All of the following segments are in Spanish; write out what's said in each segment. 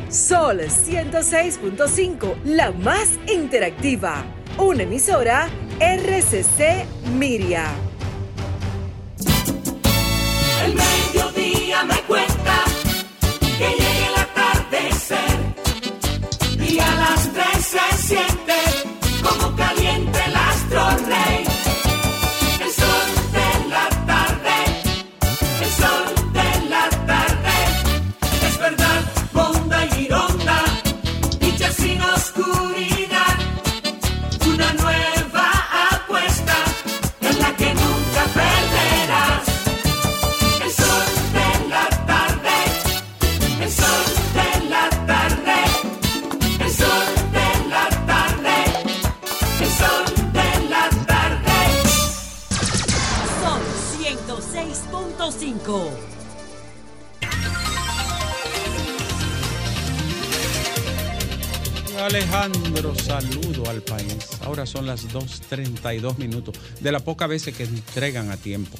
Sol 106.5, la más interactiva. Una emisora RCC Miria. El mediodía me cuenta que llegue el atardecer y a las 3 se siente como caliente el astro rey. El sol de la tarde, el sol de la tarde, es verdad, bonda y gironda, dicha sin oscuridad, una nueva apuesta en la que nunca perderás. El sol de la tarde, el sol de la tarde, el sol de la tarde, el sol de la tarde. Sol 106.5. Alejandro, saludo al país. Ahora son las 2:32 minutos. De las pocas veces que entregan a tiempo.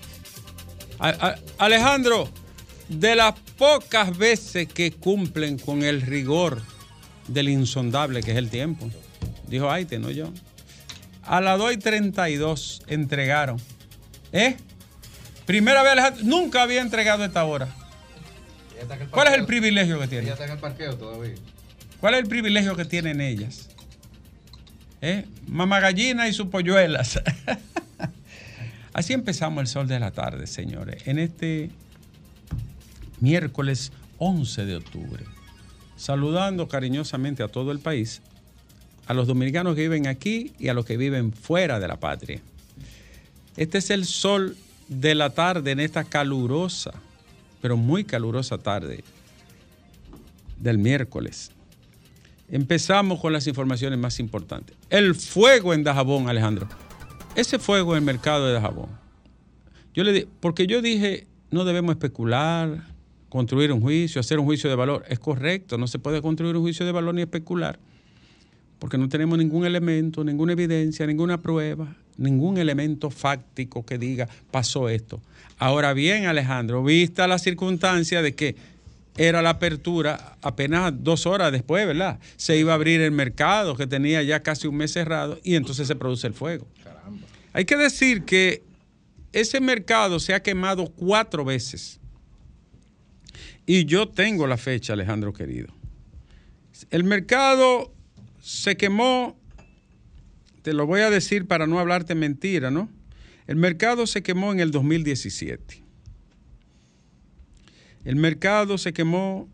Alejandro, de las pocas veces que cumplen con el rigor del insondable que es el tiempo. Dijo Aite, no yo. A las 2:32 entregaron. Primera vez, Alejandro, nunca había entregado a esta hora. ¿Cuál es el privilegio que tiene? Ella está en el parqueo todavía. ¿Cuál es el privilegio que tienen ellas? Mamá gallina y sus polluelas. Así empezamos el sol de la tarde, señores. En este miércoles 11 de octubre. Saludando cariñosamente a todo el país, a los dominicanos que viven aquí y a los que viven fuera de la patria. Este es el sol de la tarde en esta calurosa, pero muy calurosa tarde del miércoles. Empezamos con las informaciones más importantes. El fuego en Dajabón, Alejandro. Ese fuego en el mercado de Dajabón. Porque yo dije, no debemos especular, construir un juicio, hacer un juicio de valor. Es correcto, no se puede construir un juicio de valor ni especular, porque no tenemos ningún elemento, ninguna evidencia, ninguna prueba, ningún elemento fáctico que diga, pasó esto. Ahora bien, Alejandro, vista la circunstancia de que era la apertura apenas 2 horas después, ¿verdad? Se iba a abrir el mercado, que tenía ya casi un mes cerrado, y entonces se produce el fuego. Caramba. Hay que decir que ese mercado se ha quemado 4 veces. Y yo tengo la fecha, Alejandro querido. El mercado se quemó, te lo voy a decir para no hablarte mentira, ¿no? El mercado se quemó en el 2017. El mercado se quemó,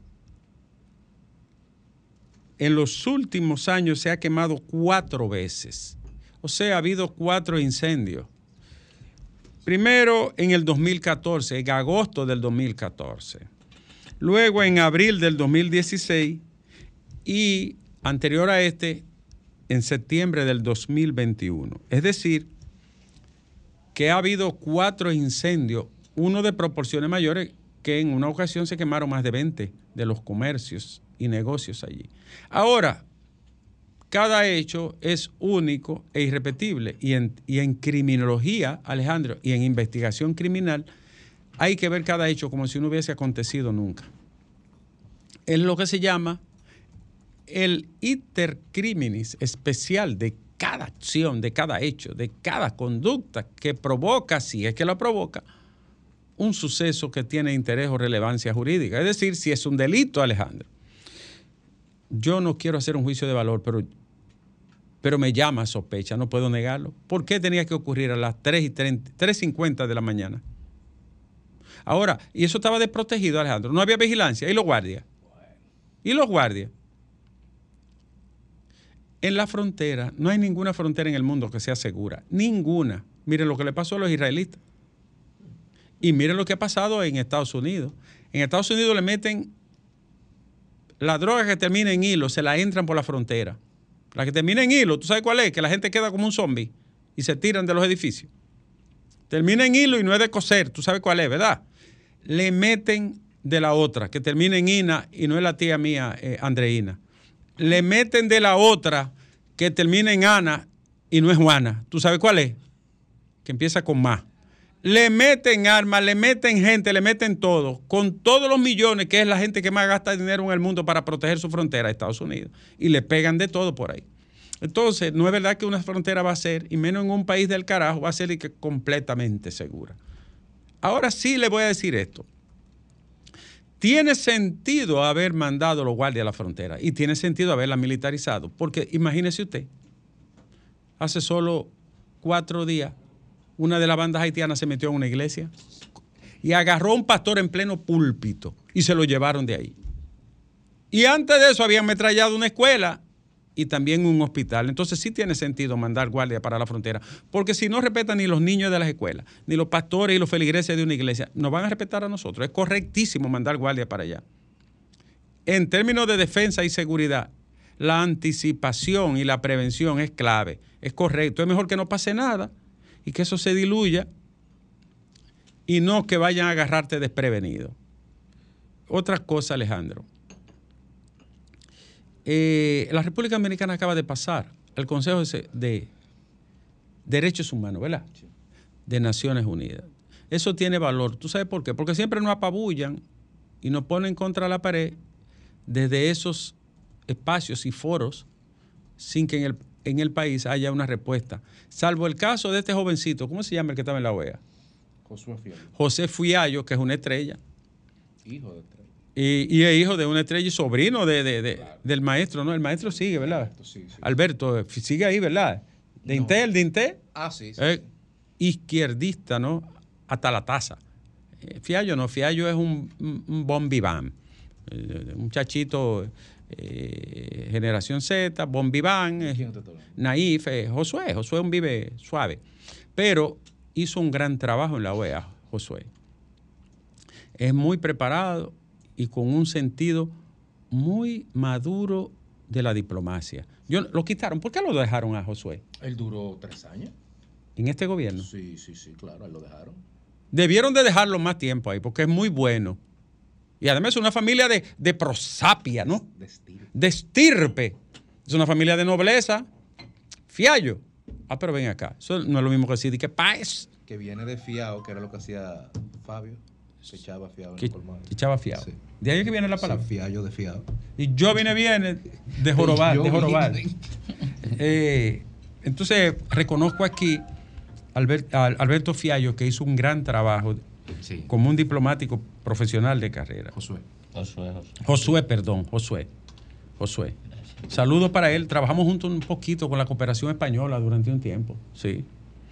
en los últimos años se ha quemado 4 veces. O sea, ha habido 4 incendios. Primero en el 2014, en agosto del 2014. Luego en abril del 2016 y anterior a este, en septiembre del 2021. Es decir, que ha habido 4 incendios, uno de proporciones mayores, que en una ocasión se quemaron más de 20 de los comercios y negocios allí. Ahora, cada hecho es único e irrepetible. Y en criminología, Alejandro, y en investigación criminal, hay que ver cada hecho como si no hubiese acontecido nunca. Es lo que se llama el iter criminis especial de cada acción, de cada hecho, de cada conducta que provoca, si es que la provoca, un suceso que tiene interés o relevancia jurídica. Es decir, si es un delito, Alejandro. Yo no quiero hacer un juicio de valor, pero me llama sospecha, no puedo negarlo. ¿Por qué tenía que ocurrir a las 3:50 de la mañana? Ahora, y eso estaba desprotegido, Alejandro. No había vigilancia. ¿Y los guardias? ¿Y los guardias? En la frontera, no hay ninguna frontera en el mundo que sea segura. Ninguna. Miren lo que le pasó a los israelitas. Y miren lo que ha pasado en Estados Unidos. En Estados Unidos le meten la droga que termina en hilo, se la entran por la frontera. La que termina en hilo, ¿tú sabes cuál es? Que la gente queda como un zombie y se tiran de los edificios. Termina en hilo y no es de coser, tú sabes cuál es, ¿verdad? Le meten de la otra, que termina en ina y no es la tía mía, Andreina. Le meten de la otra, que termina en Ana y no es Juana. ¿Tú sabes cuál es? Que empieza con más. le meten armas, le meten gente, le meten todo, con todos los millones, que es la gente que más gasta dinero en el mundo para proteger su frontera, Estados Unidos, y le pegan de todo por ahí. Entonces, no es verdad que una frontera va a ser, y menos en un país del carajo, va a ser y que completamente segura. Ahora sí le voy a decir esto. Tiene sentido haber mandado los guardias a la frontera y tiene sentido haberla militarizado, porque imagínese usted, hace solo 4 días, una de las bandas haitianas se metió en una iglesia y agarró a un pastor en pleno púlpito y se lo llevaron de ahí. Y antes de eso habían ametrallado una escuela y también un hospital. Entonces sí tiene sentido mandar guardias para la frontera, porque si no respetan ni los niños de las escuelas, ni los pastores y los feligreses de una iglesia, nos van a respetar a nosotros. Es correctísimo mandar guardias para allá. En términos de defensa y seguridad, la anticipación y la prevención es clave. Es correcto. Es mejor que no pase nada y que eso se diluya y no que vayan a agarrarte desprevenido. Otra cosa, Alejandro. La República Dominicana acaba de pasar al Consejo de Derechos Humanos, ¿verdad? Sí. De Naciones Unidas. Eso tiene valor. ¿Tú sabes por qué? Porque siempre nos apabullan y nos ponen contra la pared desde esos espacios y foros sin que en el país haya una respuesta. Salvo el caso de este jovencito, ¿cómo se llama el que estaba en la OEA? José Fiallo, que es una estrella. Hijo de estrella. Y es hijo de una estrella y sobrino del maestro, ¿no? El maestro sigue, ¿verdad? Sí. Alberto, sigue ahí, ¿verdad? ¿De Intel? Ah, sí. Izquierdista, ¿no? Hasta la taza. Fiallo no, Fiallo es un bon vivant. Un muchachito, generación Z, bon vivant, naif, Josué un vive suave. Pero hizo un gran trabajo en la OEA, Josué. Es muy preparado y con un sentido muy maduro de la diplomacia. Lo quitaron. ¿Por qué lo dejaron a Josué? Él duró 3 años. ¿En este gobierno? Sí, claro, él lo dejaron. Debieron de dejarlo más tiempo ahí, porque es muy bueno. Y además es una familia de prosapia, ¿no? De estirpe. Es una familia de nobleza. Fiallo. Pero ven acá. Eso no es lo mismo que decir que Páez. Que viene de fiado, que era lo que hacía Fabio. Se echaba fiado en el colmado. Echaba fiado. Sí. De ahí es que viene la palabra. Sí, fiallo de fiado. Y yo viene de jorobar. Entonces, reconozco aquí a Alberto Fiallo, que hizo un gran trabajo como un diplomático profesional de carrera. Josué. Saludos para él. Trabajamos juntos un poquito con la cooperación española durante un tiempo. Sí.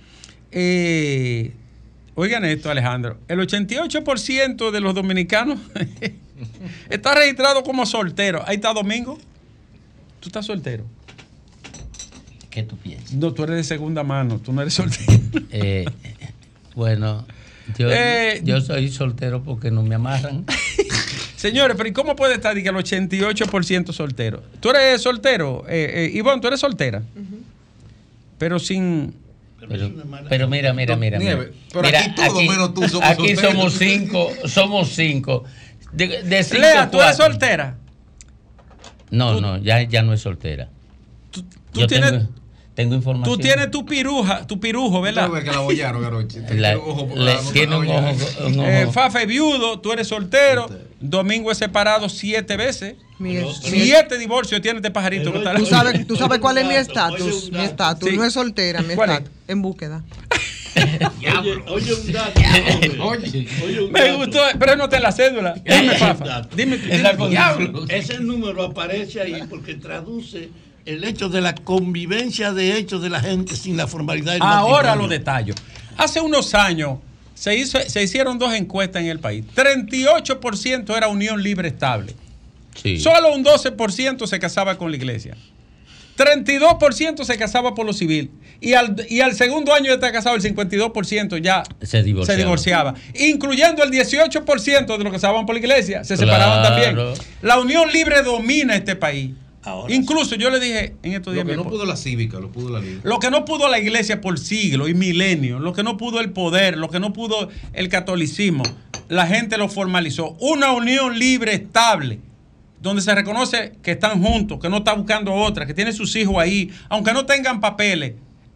Oigan esto, Alejandro. El 88% de los dominicanos está registrado como soltero. Ahí está Domingo. ¿Tú estás soltero? ¿Qué tú piensas? No, tú eres de segunda mano. Tú no eres soltero. Bueno, yo soy soltero porque no me amarran. Señores, pero ¿y cómo puede estar que el 88% soltero? ¿Tú eres soltero? Ivonne, ¿tú eres soltera? Uh-huh. Pero sin... Pero mira. Pero mira, aquí todo menos tú somos aquí solteros. somos 5. De 5, Lea, ¿tú eres soltera? No, ya no es soltera. ¿Tú tienes... Tengo información. Tú tienes tu pirujo, ¿verdad? No, que la bollaron anoche. Tiene un ojo. Fafe viudo, tú eres soltero. Domingo es separado 7 veces. 7 divorcios tiene este pajarito que está ahí. ¿Tú sabes cuál es mi estatus? Mi estatus sí. No es soltera, mi estatus. En búsqueda. Oye, un dato. Me gustó, pero no te la cédula. Dime, Fafa. Dime. Ese número aparece ahí porque traduce el hecho de la convivencia de hechos de la gente sin la formalidad del Ahora lo detallo. Hace unos años se hicieron 2 encuestas en el país. 38% era unión libre estable. Sí. Solo un 12% se casaba con la iglesia. 32% se casaba por lo civil. Y al segundo año de estar casado, el 52% ya se divorciaba. Incluyendo el 18% de los que casaban por la iglesia, se separaban también. La unión libre domina este país. Ahora incluso yo le dije en estos días. Lo que no pudo la cívica, lo pudo la libre. Lo que no pudo la iglesia por siglos y milenios, lo que no pudo el poder, lo que no pudo el catolicismo, la gente lo formalizó. Una unión libre, estable, donde se reconoce que están juntos, que no está buscando otra, que tiene sus hijos ahí, aunque no tengan papeles.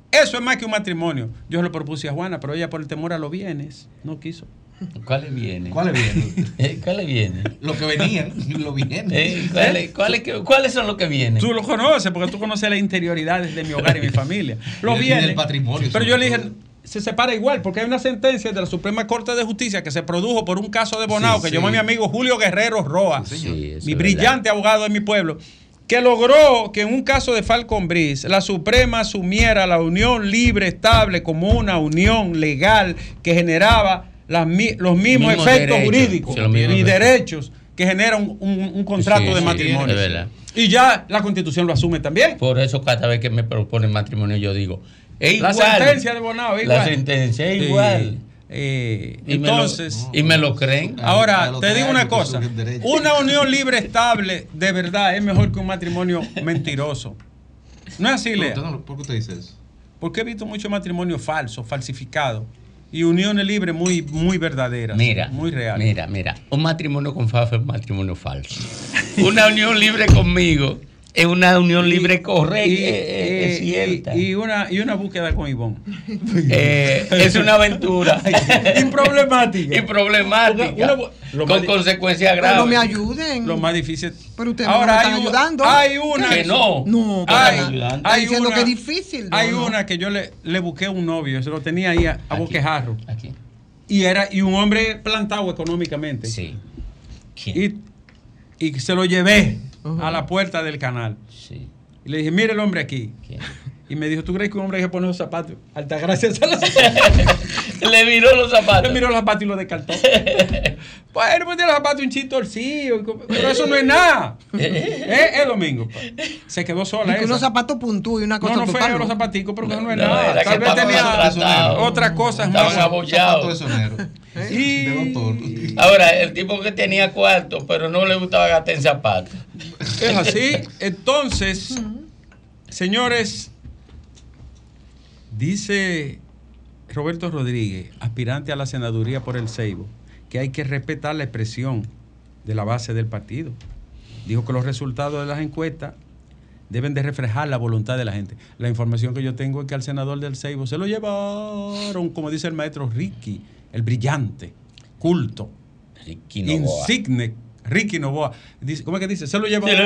Eso es más que un matrimonio. Yo se lo propuse a Juana, pero ella por el temor a los bienes no quiso. ¿Cuáles vienen? ¿Cuáles vienen? ¿Cuáles vienen? Los que venían, los vienen. ¿Cuáles son los que vienen? Tú los conoces, porque tú conoces las interioridades de mi hogar y mi familia. Los bienes. Y del patrimonio. Pero yo le dije, se separa igual, porque hay una sentencia de la Suprema Corte de Justicia que se produjo por un caso de Bonao, que llamó a mi amigo Julio Guerrero Roa, mi brillante abogado de mi pueblo, que logró que en un caso de Falcon Breeze la Suprema asumiera la unión libre estable como una unión legal que generaba los mismos efectos jurídicos y derechos que generan un contrato de matrimonio. Y ya la Constitución lo asume también. Por eso cada vez que me proponen matrimonio yo digo, es igual. La sentencia de Bonao es igual. La sentencia es igual. Entonces, y me lo creen. Ahora, te digo una cosa. Una unión libre estable de verdad es mejor que un matrimonio mentiroso. ¿No es así, Lea? ¿Por qué usted dice eso? Porque he visto muchos matrimonios falsos, falsificados. Y uniones libres muy, muy verdaderas. Muy reales. Mira. Un matrimonio con Fafa es un matrimonio falso. Una unión libre conmigo es una unión libre correcta. Es cierta. Y una búsqueda con Ivonne. Es una aventura. Y problemática. Con consecuencias graves. No me ayuden. Lo más difícil. Pero ustedes no me están ayudando. Hay una que no. No, hay diciendo una, que es difícil. Hay una que yo le busqué un novio, se lo tenía ahí a boquejarro. Aquí. Y un hombre plantado económicamente. Sí. Y se lo llevé a la puerta del canal. Sí. Y le dije, mire el hombre aquí. ¿Quién? Y me dijo, ¿tú crees que un hombre hay que poner los zapatos? Altagracia Le miró los zapatos. Le miró los zapatos y los descartó. Bueno, pues tiene los zapatos un chito torcido. Pero eso no es nada. Es domingo. Se quedó sola. Y unos zapatos puntúos y una cosa. No fue los zapaticos, pero eso no es nada. Tal vez tenía otras cosas más. Estaban abollados. Ahora, el tipo que tenía cuarto, pero no le gustaba gastar en zapatos. Es así. Entonces, señores, dice Roberto Rodríguez, aspirante a la senaduría por el Ceibo, que hay que respetar la expresión de la base del partido. Dijo que los resultados de las encuestas deben de reflejar la voluntad de la gente. La información que yo tengo es que al senador del Ceibo se lo llevaron, como dice el maestro Ricky, el brillante, culto, insigne Ricky Novoa. ¿Cómo es que dice? Se lo llevaron.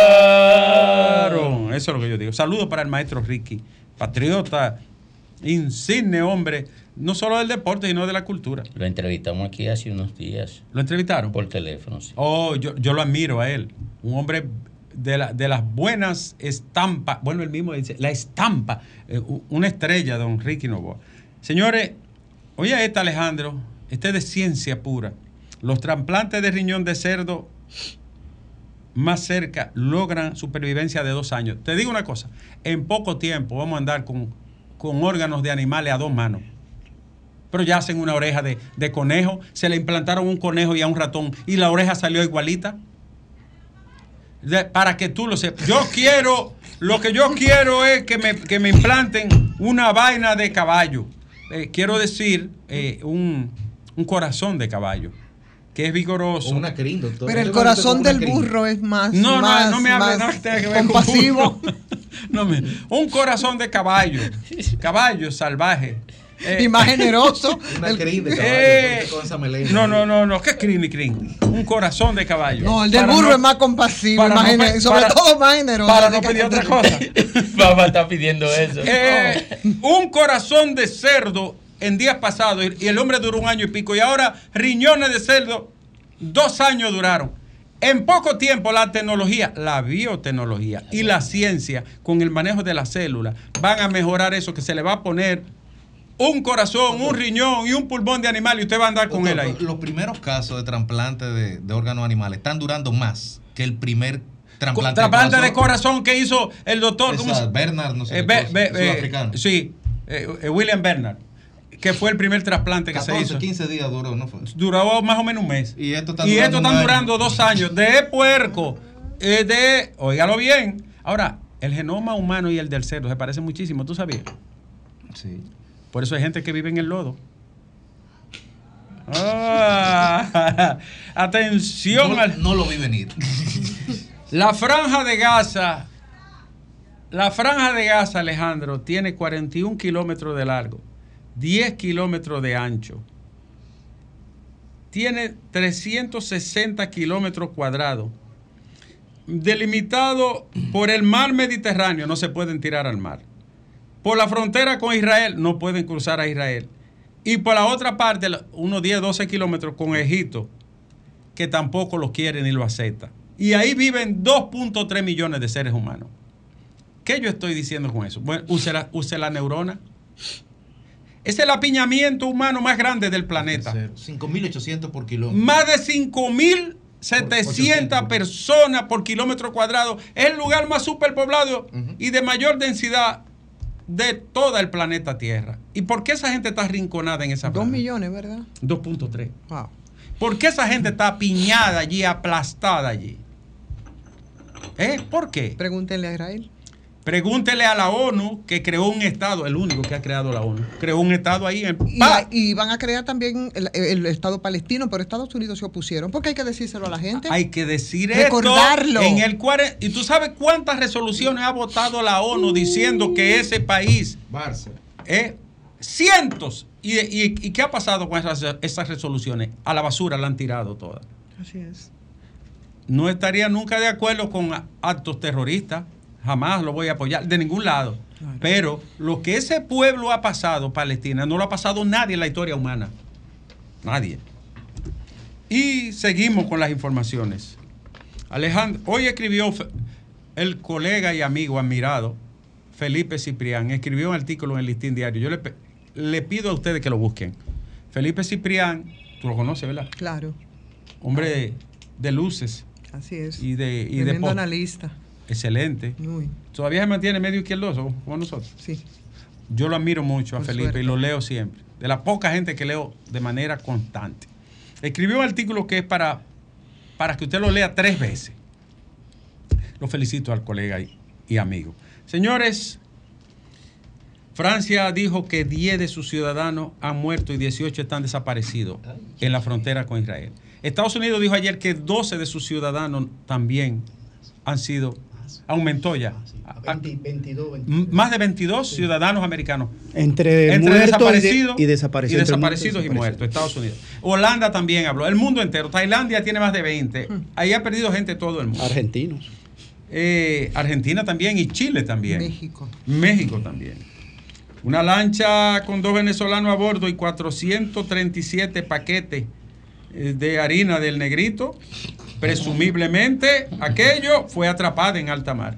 Eso es lo que yo digo. Saludos para el maestro Ricky, patriota, insigne hombre, no solo del deporte, sino de la cultura. Lo entrevistamos aquí hace unos días. ¿Lo entrevistaron? Por teléfono, sí. Oh, yo lo admiro a él. Un hombre de las buenas estampas. Bueno, él mismo dice, la estampa. Una estrella, don Ricky Novoa. Señores, oye esta, Alejandro. Este es de ciencia pura. Los trasplantes de riñón de cerdo más cerca logran supervivencia de 2 años. Te digo una cosa. En poco tiempo vamos a andar con órganos de animales a 2 manos. Pero ya hacen una oreja de conejo. Se le implantaron un conejo y a un ratón y la oreja salió igualita. Para que tú lo sepas. Lo que yo quiero es que me implanten una vaina de caballo. Quiero decir, un corazón de caballo, que es vigoroso. O una crin, doctor. Pero el corazón del burro es más. No me hable nada que tenga que ver compasivo. Un corazón de caballo. Caballo salvaje. Y más generoso. Una crin de caballo. Con esa melena. No. ¿Qué crin? Un corazón de caballo. No, el del burro es más compasivo, sobre todo más generoso. Para no pedir otra cosa. Papá está pidiendo eso. Un corazón de cerdo en días pasados, y el hombre duró 1 año y pico, y ahora riñones de cerdo 2 años duraron. En poco tiempo la tecnología, la biotecnología y la ciencia con el manejo de las células van a mejorar eso, que se le va a poner un corazón, un riñón y un pulmón de animal y usted va a andar con él ahí. Los primeros casos de trasplante de órganos animales están durando más que el primer trasplante de corazón que hizo el doctor Bernard, no sé sudafricano. Sí, William Bernard, que fue el primer trasplante que se hizo. 15 días duró, ¿no fue? Duró más o menos 1 mes. Y esto está durando 2 años de puerco, óigalo bien. Ahora, el genoma humano y el del cerdo se parecen muchísimo, ¿tú sabías? Sí. Por eso hay gente que vive en el lodo. Atención. No lo vi venir. La franja de Gaza La franja de Gaza, Alejandro, tiene 41 kilómetros de largo, 10 kilómetros de ancho. Tiene 360 kilómetros cuadrados. Delimitado por el mar Mediterráneo, no se pueden tirar al mar. Por la frontera con Israel, no pueden cruzar a Israel. Y por la otra parte, unos 10, 12 kilómetros con Egipto, que tampoco lo quiere ni lo acepta. Y ahí viven 2.3 millones de seres humanos. ¿Qué yo estoy diciendo con eso? Bueno, use la neurona. Es el apiñamiento humano más grande del planeta. 5.800 por kilómetro. Más de 5.700 personas por kilómetro cuadrado. Es el lugar más superpoblado y de mayor densidad de todo el planeta Tierra. ¿Y por qué esa gente está arrinconada en esa franja? 2 millones, ¿verdad? 2.3. Wow. ¿Por qué esa gente está apiñada allí, aplastada allí? ¿Por qué? Pregúntenle a Israel. Pregúntele a la ONU, que creó un Estado, el único que ha creado la ONU. Creó un Estado ahí. Y van a crear también el Estado palestino, pero Estados Unidos se opusieron. Porque hay que decírselo a la gente. Hay que decir recordarlo. ¿Y tú sabes cuántas resoluciones ha votado la ONU diciendo que ese país? Cientos. ¿Y qué ha pasado con esas resoluciones? A la basura la han tirado todas. Así es. No estaría nunca de acuerdo con actos terroristas. Jamás lo voy a apoyar, de ningún lado. Claro. Pero lo que ese pueblo ha pasado, Palestina, no lo ha pasado nadie en la historia humana. Nadie. Y seguimos con las informaciones. Alejandro, hoy escribió el colega y amigo admirado, Felipe Ciprián, escribió un artículo en el Listín Diario. Yo le pido a ustedes que lo busquen. Felipe Ciprián, tú lo conoces, ¿verdad? Claro. Hombre de luces. Así es. Tremendo analista. Excelente. Muy. Todavía se mantiene medio izquierdoso como nosotros. Sí. Yo lo admiro mucho a Felipe suerte. Y lo leo siempre. De la poca gente que leo de manera constante. Escribió un artículo que es para que usted lo lea 3 veces. Lo felicito al colega y amigo. Señores, Francia dijo que 10 de sus ciudadanos han muerto y 18 están desaparecidos en la frontera con Israel. Estados Unidos dijo ayer que 12 de sus ciudadanos también han sido... Aumentó ya. 22. Más de 22 ciudadanos americanos. Entre desaparecidos y desaparecidos. Desaparecidos y muertos. Estados Unidos. Holanda también habló. El mundo entero. Tailandia tiene más de 20. Ahí ha perdido gente todo el mundo. Argentinos. Argentina también y Chile también. México también. Una lancha con 2 venezolanos a bordo y 437 paquetes de harina del Negrito. Presumiblemente aquello fue atrapada en alta mar.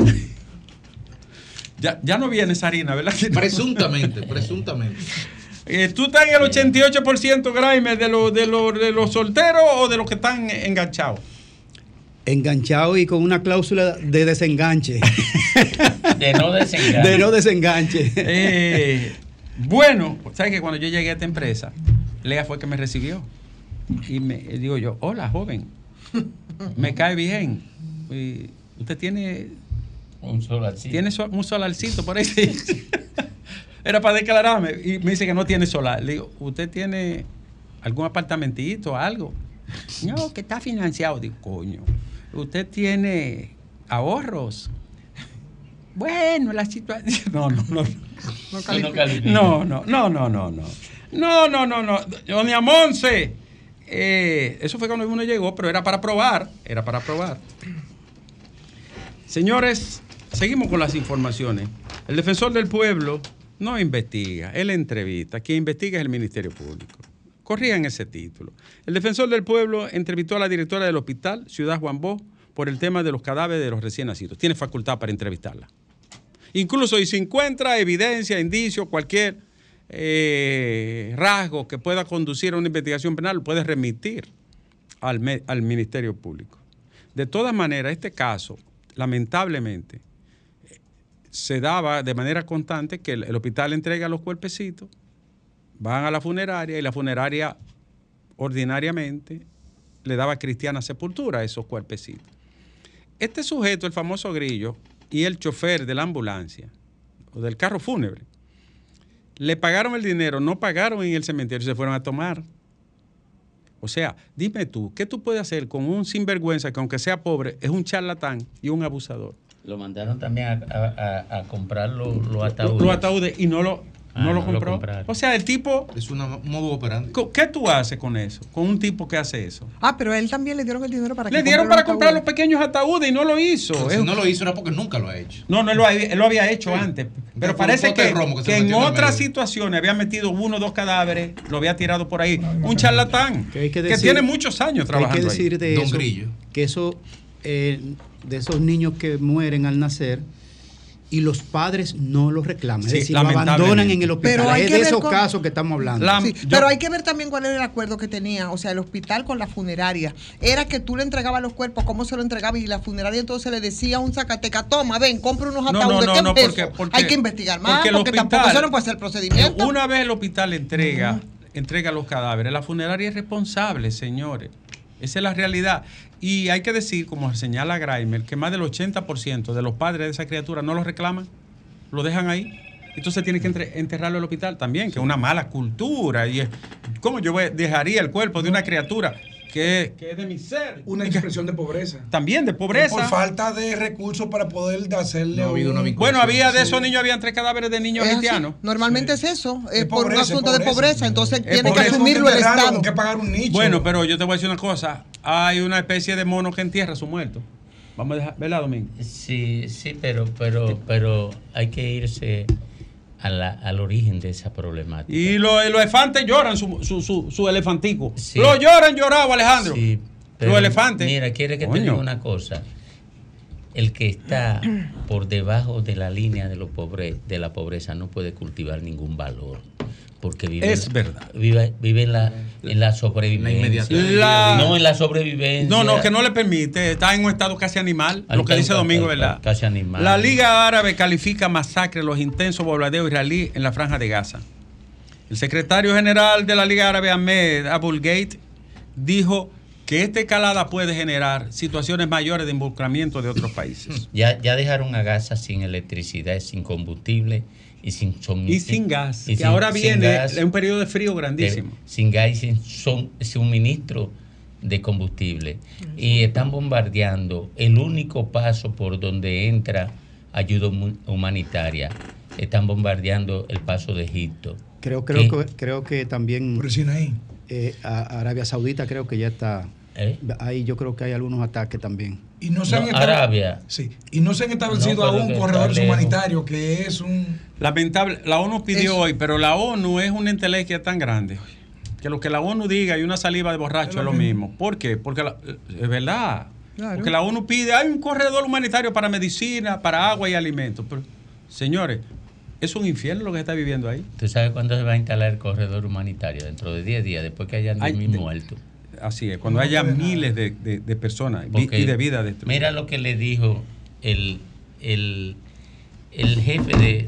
Ya no viene esa harina, ¿verdad? Presuntamente. Tú estás en el 88%, Graimer, de los solteros o de los que están enganchados. Enganchado y con una cláusula de desenganche. De no desenganche. De no desenganche. Bueno, ¿sabes que cuando yo llegué a esta empresa, Lea fue que me recibió? Y digo yo, hola, joven, me cae bien. Y usted tiene un solarcito. Tiene un solarcito por ahí. Era para declararme. Y me dice que no tiene solar. Le digo, ¿usted tiene algún apartamentito, algo? No, que está financiado. Digo, coño, ¿usted tiene ahorros? Bueno, la situación... No. Doña Monse, eso fue cuando uno llegó, pero era para probar. Señores, seguimos con las informaciones. El defensor del pueblo no investiga, él entrevista. Quien investiga es el Ministerio Público. Corrían ese título. El defensor del pueblo entrevistó a la directora del hospital Ciudad Juan Bosch por el tema de los cadáveres de los recién nacidos. Tiene facultad para entrevistarla. Incluso si se encuentra evidencia, indicio, cualquier rasgo que pueda conducir a una investigación penal, lo puede remitir al Ministerio Público. De todas maneras, este caso, lamentablemente, se daba de manera constante que el hospital entrega los cuerpecitos, van a la funeraria y la funeraria ordinariamente le daba cristiana sepultura a esos cuerpecitos. Este sujeto, el famoso Grillo, y el chofer de la ambulancia o del carro fúnebre, le pagaron el dinero, no pagaron en el cementerio y se fueron a tomar. O sea, dime tú, ¿qué tú puedes hacer con un sinvergüenza que aunque sea pobre es un charlatán y un abusador? Lo mandaron también a comprar los ataúdes. Los ataúdes y no lo compró. compraron. O sea, el tipo... Es un modo operandi. ¿Qué tú haces con eso? Con un tipo que hace eso. Pero a él también le dieron el dinero para Le dieron para comprar los pequeños ataúdes y no lo hizo. Si no lo hizo era porque nunca lo ha hecho. No, él lo había hecho antes. Pero parece que en otras situaciones había metido 1 o 2 cadáveres, lo había tirado por ahí. Un charlatán que tiene muchos años trabajando. Hay que decir ahí. de Don eso, Grillo. que eso, de esos niños que mueren al nacer, y los padres no los reclaman, Sí, es decir, lo abandonan en el hospital. Pero hay Es que de ver esos con- casos que estamos hablando. Pero hay que ver también cuál era el acuerdo que tenía, o sea, el hospital con la funeraria. Era que tú le entregabas los cuerpos, cómo se lo entregaba, y la funeraria entonces le decía a un Zacateca, toma, ven, compra unos ataúdes. ¿Qué es eso? Hay que investigar más, el porque tampoco eso no puede ser el procedimiento. Una vez el hospital entrega los cadáveres, la funeraria es responsable, señores. Esa es la realidad. Y hay que decir, como señala Graimer, que más del 80% de los padres de esa criatura no los reclaman, lo dejan ahí. Entonces tiene que enterrarlo al hospital también, que es una mala cultura. Y ¿cómo yo dejaría el cuerpo de una criatura que es de miseria? Una expresión de pobreza. También de pobreza. Por falta de recursos para poder hacerle Bueno, había de esos niños, habían 3 cadáveres de niños Es haitianos. así. Normalmente es eso, es por un pobreza, asunto de pobreza, entonces tiene que pobreza. asumirlo el Estado. que pagar un nicho. Bueno, pero yo te voy a decir una cosa. Hay una especie de mono que entierra a su muerto. Vamos a dejar, ¿verdad, Domingo? Sí, pero hay que irse al origen de esa problemática. Y los elefantes lloran su elefantico. Sí. Lo llorado, Alejandro. Sí, los elefantes. Mira, quiere que te Coño. diga una cosa. El que está por debajo de la línea de la pobreza no puede cultivar ningún valor. Porque vive, vive en la sobrevivencia. No, en la sobrevivencia. No, que no le permite. Está en un estado casi animal. Lo que dice Domingo, ¿verdad? Casi animal. La Liga Árabe califica masacre los intensos bombardeos israelíes en la Franja de Gaza. El secretario general de la Liga Árabe, Ahmed Abul Gate, dijo que esta escalada puede generar situaciones mayores de involucramiento de otros países. Ya dejaron a Gaza sin electricidad, sin combustible y sin gas. Que ahora viene un periodo de frío grandísimo. Sin gas y sin suministro de combustible. Y están bombardeando el único paso por donde entra ayuda humanitaria. Están bombardeando el paso de Egipto. Creo que también Arabia Saudita creo que ya está. Ahí yo creo que hay algunos ataques también. Y no se han establecido aún corredores humanitarios, que es un... Lamentable. La ONU pidió hoy, pero la ONU es una entelequia tan grande que lo que la ONU diga y una saliva de borracho es lo mismo. ¿Por qué? Porque es verdad. Claro. Porque la ONU pide, hay un corredor humanitario para medicina, para agua y alimentos. Pero, señores, es un infierno lo que se está viviendo ahí. ¿Tú sabes cuándo se va a instalar el corredor humanitario? Dentro de 10 días, después que hayan 10.000 muertos. Así es, cuando haya miles de personas y de vida destruidas. Mira lo que le dijo el jefe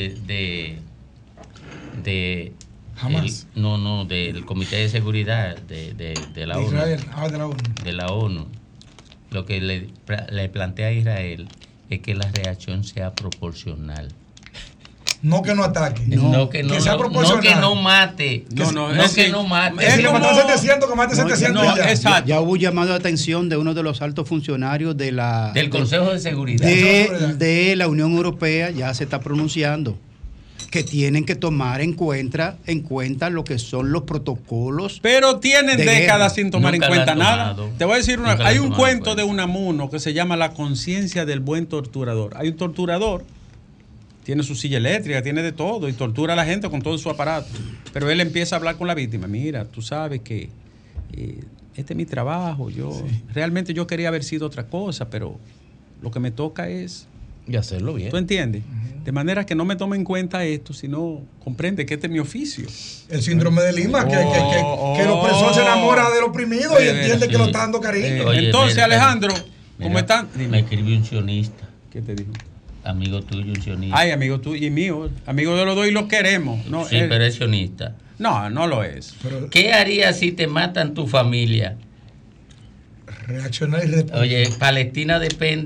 de Jamás. Del Comité de Seguridad de la ONU. Israel, de la ONU. Lo que le plantea a Israel es que la reacción sea proporcional. No que no ataque. Que sea proporcional. No que no mate. No mate. Si le matan 700, que mate 700 ya. Exacto. Ya hubo llamado de atención de uno de los altos funcionarios del Consejo de Seguridad. De la Unión Europea, ya se está pronunciando que tienen que tomar en cuenta lo que son los protocolos. Pero tienen décadas sin tomar en cuenta nada. Te voy a decir hay un cuento de Unamuno que se llama La conciencia del buen torturador. Hay un torturador, tiene su silla eléctrica, tiene de todo y tortura a la gente con todo su aparato. Pero él empieza a hablar con la víctima. Mira, tú sabes que este es mi trabajo. Realmente yo quería haber sido otra cosa, pero lo que me toca es... Y hacerlo bien. ¿Tú entiendes? De manera que no me tome en cuenta esto, sino comprende que este es mi oficio. El síndrome de Lima, que el opresor se enamora del oprimido y entiende que lo está dando cariño. Entonces, Alejandro, ¿cómo están? Me escribió un sionista. ¿Qué te dijo? Amigo tuyo, un sionista. Ay, amigo tuyo y mío. Amigo de los dos y los queremos. No, sí, pero es sionista. No, no lo es. ¿Qué harías si te matan tu familia? Reaccionar y responder. Oye, Palestina depende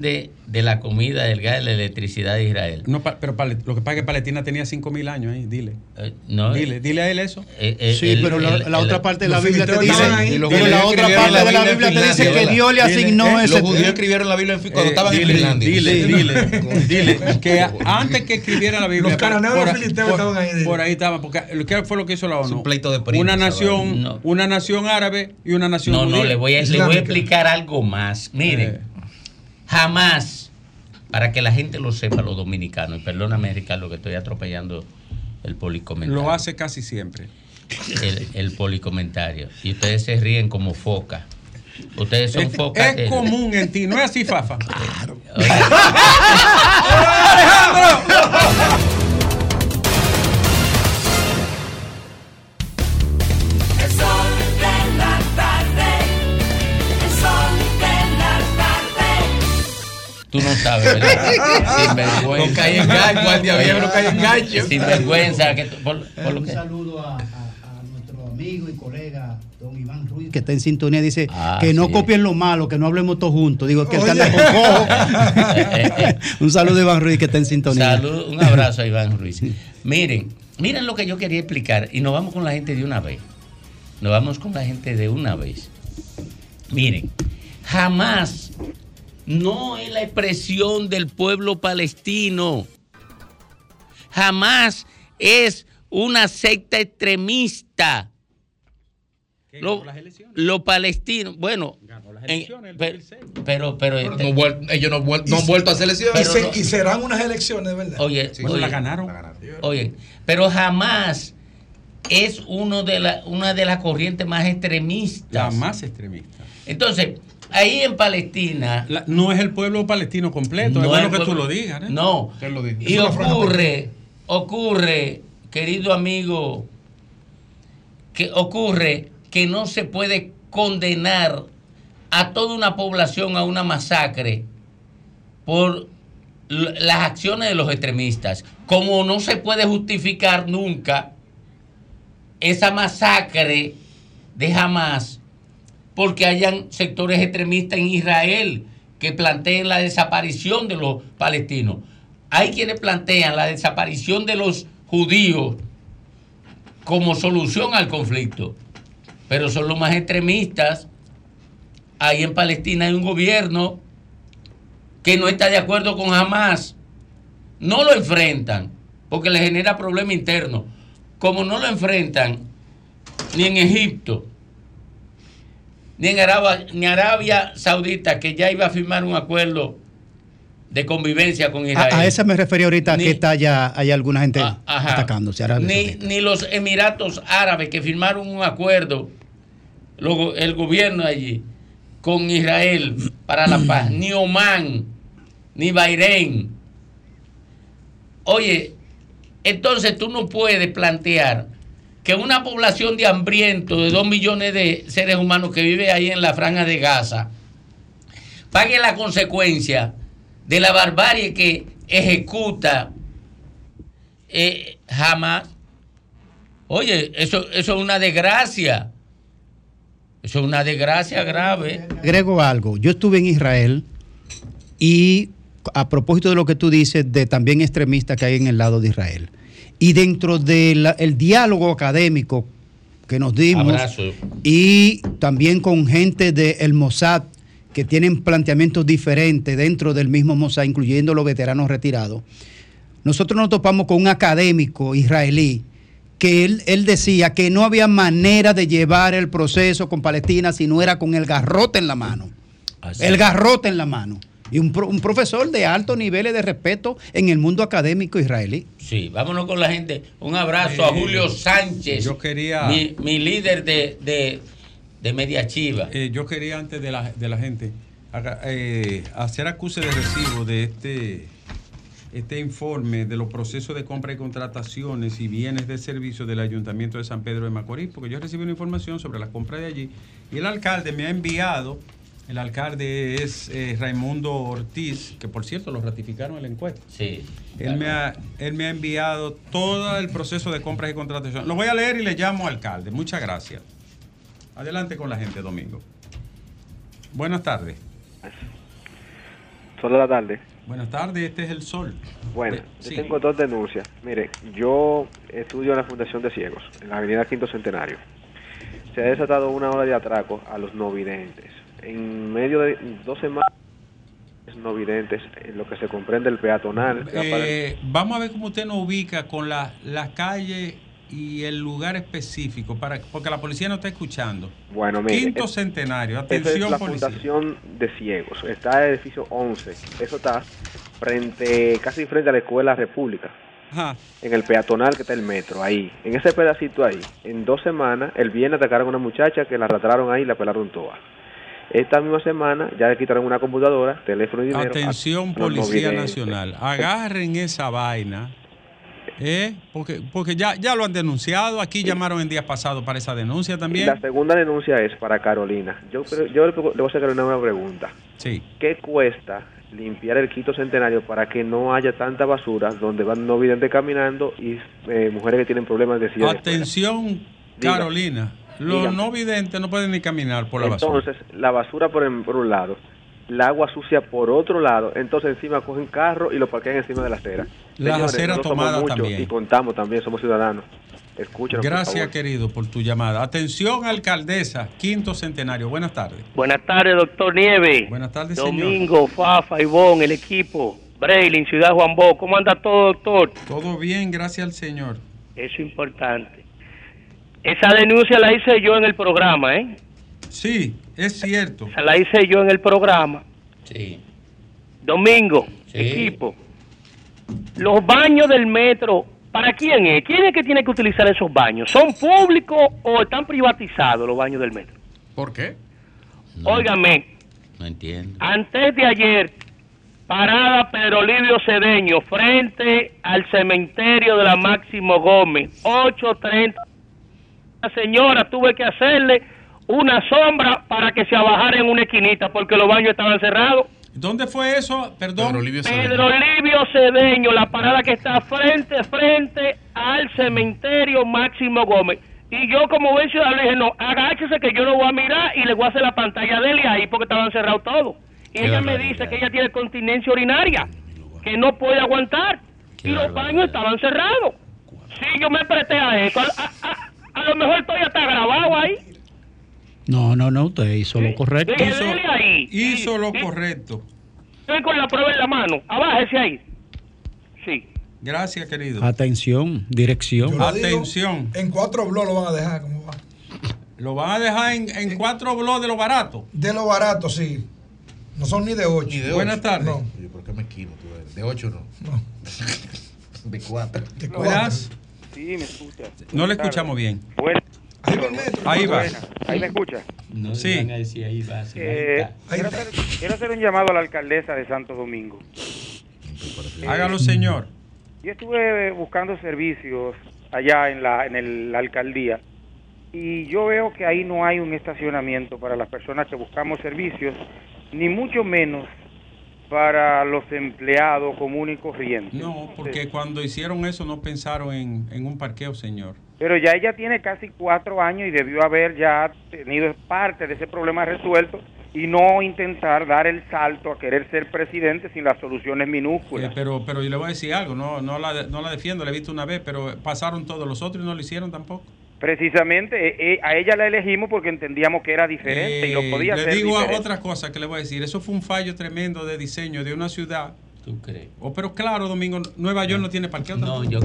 de la comida, del gas, de la electricidad de Israel. No, pero lo que pasa es que Palestina tenía 5.000 años ahí, dile. No, dile a él eso. Sí, pero la otra parte de la Biblia te dice, pero la otra parte de la Biblia te dice que Dios le asignó ese. Los judíos escribieron la Biblia cuando estaban en Finlandia. Dile que antes que escribieran la Biblia, los cananeos filisteos estaban ahí. Por ahí estaban, porque ¿qué fue lo que hizo la ONU? Un pleito de primos, una nación árabe y una nación judía. No, le voy a explicar algo más. Miren, jamás, para que la gente lo sepa, los dominicanos, y perdóname, Ricardo, que estoy atropellando el policomentario. Lo hace casi siempre. El policomentario. Y ustedes se ríen como foca. Ustedes son focas. Es común en ti, ¿no es así, Fafa? Claro. El sol de la tarde, el sol de la tarde. Tú no sabes, ¿verdad? Sinvergüenza. No cae en gancho, al día viejo no cae en gancho. Sinvergüenza. Un saludo a nuestro amigo y colega don Iván Ruiz, que está en sintonía, dice que no copien lo malo, que no hablemos todos juntos. Digo, que él anda con cojo. Un saludo a Iván Ruiz, que está en sintonía. Un abrazo a Iván Ruiz. Miren lo que yo quería explicar, y nos vamos con la gente de una vez. Miren, jamás no es la expresión del pueblo palestino. Jamás es una secta extremista. Los palestinos, bueno, ganó las elecciones, pero ellos no han vuelto a hacer elecciones. Y serán unas elecciones, ¿verdad? Oye, la ganaron. Oye, pero jamás es una de las corrientes más extremistas. La más extremista. Entonces, ahí en Palestina... no es el pueblo palestino completo, es bueno que tú lo digas. No, y ocurre, querido amigo, que no se puede condenar a toda una población a una masacre por las acciones de los extremistas, como no se puede justificar nunca esa masacre de Hamás porque hayan sectores extremistas en Israel que planteen la desaparición de los palestinos. Hay quienes plantean la desaparición de los judíos como solución al conflicto, pero son los más extremistas. Ahí en Palestina hay un gobierno que no está de acuerdo con Hamás. No lo enfrentan porque le genera problema interno. Como no lo enfrentan ni en Egipto, ni en Arabia Saudita, que ya iba a firmar un acuerdo de convivencia con Israel. A esa me refería ahorita, que está ya hay alguna gente atacándose. Ni los Emiratos Árabes, que firmaron un acuerdo, el gobierno allí, con Israel para la paz, ni Omán, ni Bahrein. Oye, entonces tú no puedes plantear que una población de hambrientos, de 2 millones de seres humanos que vive ahí en la franja de Gaza, pague la consecuencia de la barbarie que ejecuta Hamás. Oye, eso es una desgracia. Eso es una desgracia grave. Agrego algo. Yo estuve en Israel y a propósito de lo que tú dices, de también extremistas que hay en el lado de Israel. Y dentro del diálogo académico que nos dimos, abrazo, y también con gente del Mossad que tienen planteamientos diferentes dentro del mismo Mossad, incluyendo los veteranos retirados, nosotros nos topamos con un académico israelí que él decía que no había manera de llevar el proceso con Palestina si no era con el garrote en la mano. Así. El garrote en la mano. Y un profesor de altos niveles de respeto en el mundo académico israelí. Sí, vámonos con la gente. Un abrazo a Julio Sánchez, yo quería, mi líder de Media Chiva. Yo quería, antes de la gente, hacer acuse de recibo de este informe de los procesos de compra y contrataciones y bienes de servicio del Ayuntamiento de San Pedro de Macorís, porque yo recibí una información sobre la compra de allí y el alcalde me ha enviado. El alcalde es Raimundo Ortiz, que por cierto lo ratificaron en la encuesta. Sí. Él me ha enviado todo el proceso de compras y contratación. Lo voy a leer y le llamo al alcalde. Muchas gracias. Adelante con la gente, Domingo. Buenas tardes. Sol de la tarde. Buenas tardes, este es el Sol. Bueno, yo tengo 2 denuncias. Mire, yo estudio en la Fundación de Ciegos, en la avenida Quinto Centenario. Se ha desatado una ola de atracos a los no videntes. En medio de 2 semanas, no videntes, en lo que se comprende el peatonal. Vamos a ver cómo usted nos ubica con la calle y el lugar específico, porque la policía no está escuchando. Bueno, mire, Quinto Centenario, atención, es la policía. Fundación de Ciegos, está en el edificio 11, eso está casi frente a la Escuela República. Ajá. En el peatonal que está el metro, ahí, en ese pedacito ahí. En 2 semanas, el viernes atacaron a una muchacha que la arrastraron ahí y la pelaron toda. Esta misma semana ya le quitaron una computadora, teléfono y dinero. Atención, Policía Nacional, agarren esa vaina. Porque ya lo han denunciado. Aquí llamaron el día pasado para esa denuncia también. La segunda denuncia es para Carolina. Yo le voy a hacer una pregunta. Sí. ¿Qué cuesta limpiar el Quinto Centenario para que no haya tanta basura donde van no videntes caminando y mujeres que tienen problemas de silla? Atención, Carolina. Los no videntes no pueden ni caminar por la basura. Entonces, la basura por un lado, el agua sucia por otro lado, entonces encima cogen carro y lo parquean encima de la acera. Las aceras tomadas también. Y contamos también, somos ciudadanos. Escúchenos. Gracias, querido, por tu llamada. Atención, alcaldesa, Quinto Centenario. Buenas tardes. Buenas tardes, doctor Nieves. Buenas tardes, Domingo, Fafa, Ivón, el equipo. Braylin, Ciudad Juan Bo. ¿Cómo anda todo, doctor? Todo bien, gracias al Señor. Eso es importante. Esa denuncia la hice yo en el programa, ¿eh? Sí, es cierto. Esa la hice yo en el programa. Sí. Domingo, equipo. Los baños del metro, ¿para quién es? ¿Quién es que tiene que utilizar esos baños? ¿Son públicos o están privatizados los baños del metro? ¿Por qué? Óigame. No entiendo. Antes de ayer, parada Pedro Livio Cedeño, frente al cementerio de la Máximo Gómez, 8:30. La señora tuve que hacerle una sombra para que se abajara en una esquinita porque los baños estaban cerrados. ¿Dónde fue eso? Perdón. Pedro Livio Cedeño, la parada que está frente al cementerio Máximo Gómez. Y yo como buen ciudadano le dije, no, agáchese que yo no voy a mirar y le voy a hacer la pantalla de él ahí porque estaban cerrados todos. Y ella me dice que ella tiene continencia urinaria, que no puede aguantar. Y los baños estaban cerrados. Sí, yo me presté a eso. A lo mejor todavía está grabado ahí. No, usted hizo lo correcto. Hizo lo correcto. Estoy con la prueba en la mano. Abájese ahí. Sí. Gracias, querido. Atención, dirección. Atención. En 4 blogs lo van a dejar, ¿cómo va? Lo van a dejar en 4 blogs de lo barato. De lo barato, sí. No son ni de 8. Buenas tardes. No. Oye, ¿por qué me esquivo tú? De 8 no. No. De 4. ¿Buenas? Sí, me escucha. No le escuchamos bien. Bueno. Ahí va. Ahí me escucha. No, sí. Van a decir, ahí va. Quiero hacer un llamado a la alcaldesa de Santo Domingo. Hágalo, señor. Yo estuve buscando servicios allá en la alcaldía y yo veo que ahí no hay un estacionamiento para las personas que buscamos servicios, ni mucho menos para los empleados comunes y corrientes. No, porque cuando hicieron eso no pensaron en un parqueo, señor. Pero ya ella tiene casi 4 años y debió haber ya tenido parte de ese problema resuelto y no intentar dar el salto a querer ser presidente sin las soluciones minúsculas. Pero yo le voy a decir algo, no la defiendo, la he visto una vez, pero pasaron todos los otros y no lo hicieron tampoco. Precisamente a ella la elegimos porque entendíamos que era diferente y lo podía hacer. Le digo diferente. otra cosa que le voy a decir, eso fue un fallo tremendo de diseño de una ciudad. ¿Tú crees? Pero claro, Domingo, Nueva York no tiene parqueo tampoco. No,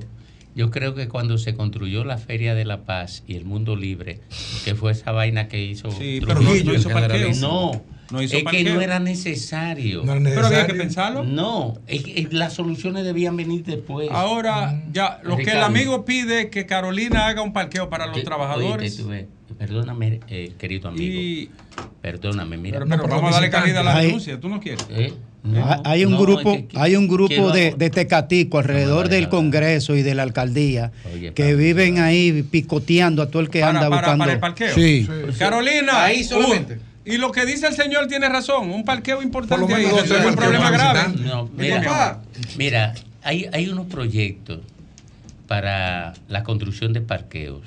yo creo que cuando se construyó la Feria de la Paz y el Mundo Libre, que fue esa vaina que hizo sí, pero no hizo parqueo. No hizo parqueo. Que no era necesario. Pero había que pensarlo. No, las soluciones debían venir después. Ahora, ya, lo que el amigo pide es que Carolina haga un parqueo para los trabajadores. Perdóname, querido amigo. Perdóname, mira. Pero vamos a darle cabida a la denuncia, ¿tú no quieres? No, hay un grupo de tecatico alrededor del Congreso y de la alcaldía que viven ahí picoteando a todo el que anda buscando. ¿Para el parqueo? Sí. Carolina, ahí solamente. Y lo que dice el señor tiene razón, un parqueo importante ahí, es un problema grave. No, mira, hay unos proyectos para la construcción de parqueos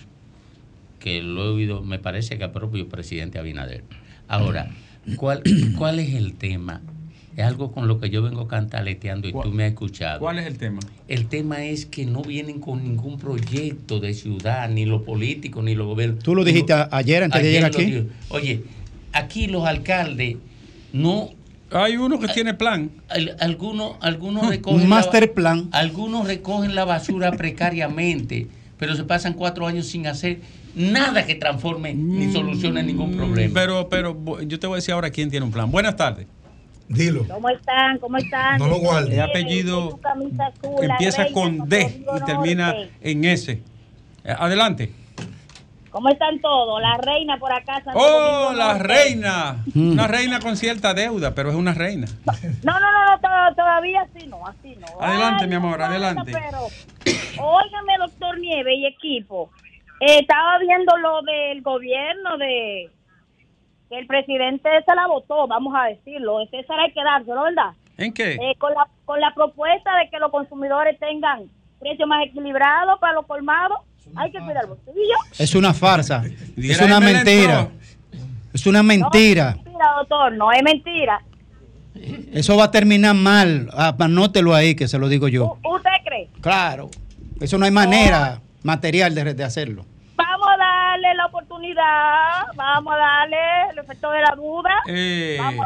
que lo he oído, me parece que al propio presidente Abinader. Ahora, ¿cuál es el tema? Es algo con lo que yo vengo cantaleteando y tú me has escuchado. ¿Cuál es el tema? El tema es que no vienen con ningún proyecto de ciudad, ni los políticos, ni los gobiernos. Tú lo dijiste ayer antes de llegar aquí. Oye, aquí los alcaldes no... Hay uno que tiene plan. Algunos recogen... Un master plan. Algunos recogen la basura precariamente, pero se pasan 4 años sin hacer nada que transforme ni solucione ningún problema. Pero yo te voy a decir ahora quién tiene un plan. Buenas tardes. Dilo. ¿Cómo están? ¿Cómo están? No lo guardes. El apellido empieza con D y termina en S. Adelante. ¿Cómo están todos? La reina por acá. ¡Oh, la reina! Una reina con cierta deuda, pero es una reina. No, todavía así no. Adelante, mi amor, adelante. Pero, óigame, doctor Nieves y equipo. Estaba viendo lo del gobierno de... que el presidente se la votó, vamos a decirlo. César hay que dárselo, ¿verdad? ¿En qué? Con la propuesta de que los consumidores tengan precios más equilibrados para los colmados. Hay que cuidar el bolsillo. Es una farsa. Es una mentira. Es una mentira. No es mentira, doctor, no es mentira. Eso va a terminar mal. Anótelo ahí, que se lo digo yo. ¿Usted cree? Claro. Eso no hay manera material de hacerlo. Vamos a darle la oportunidad. Vamos a darle el efecto de la duda.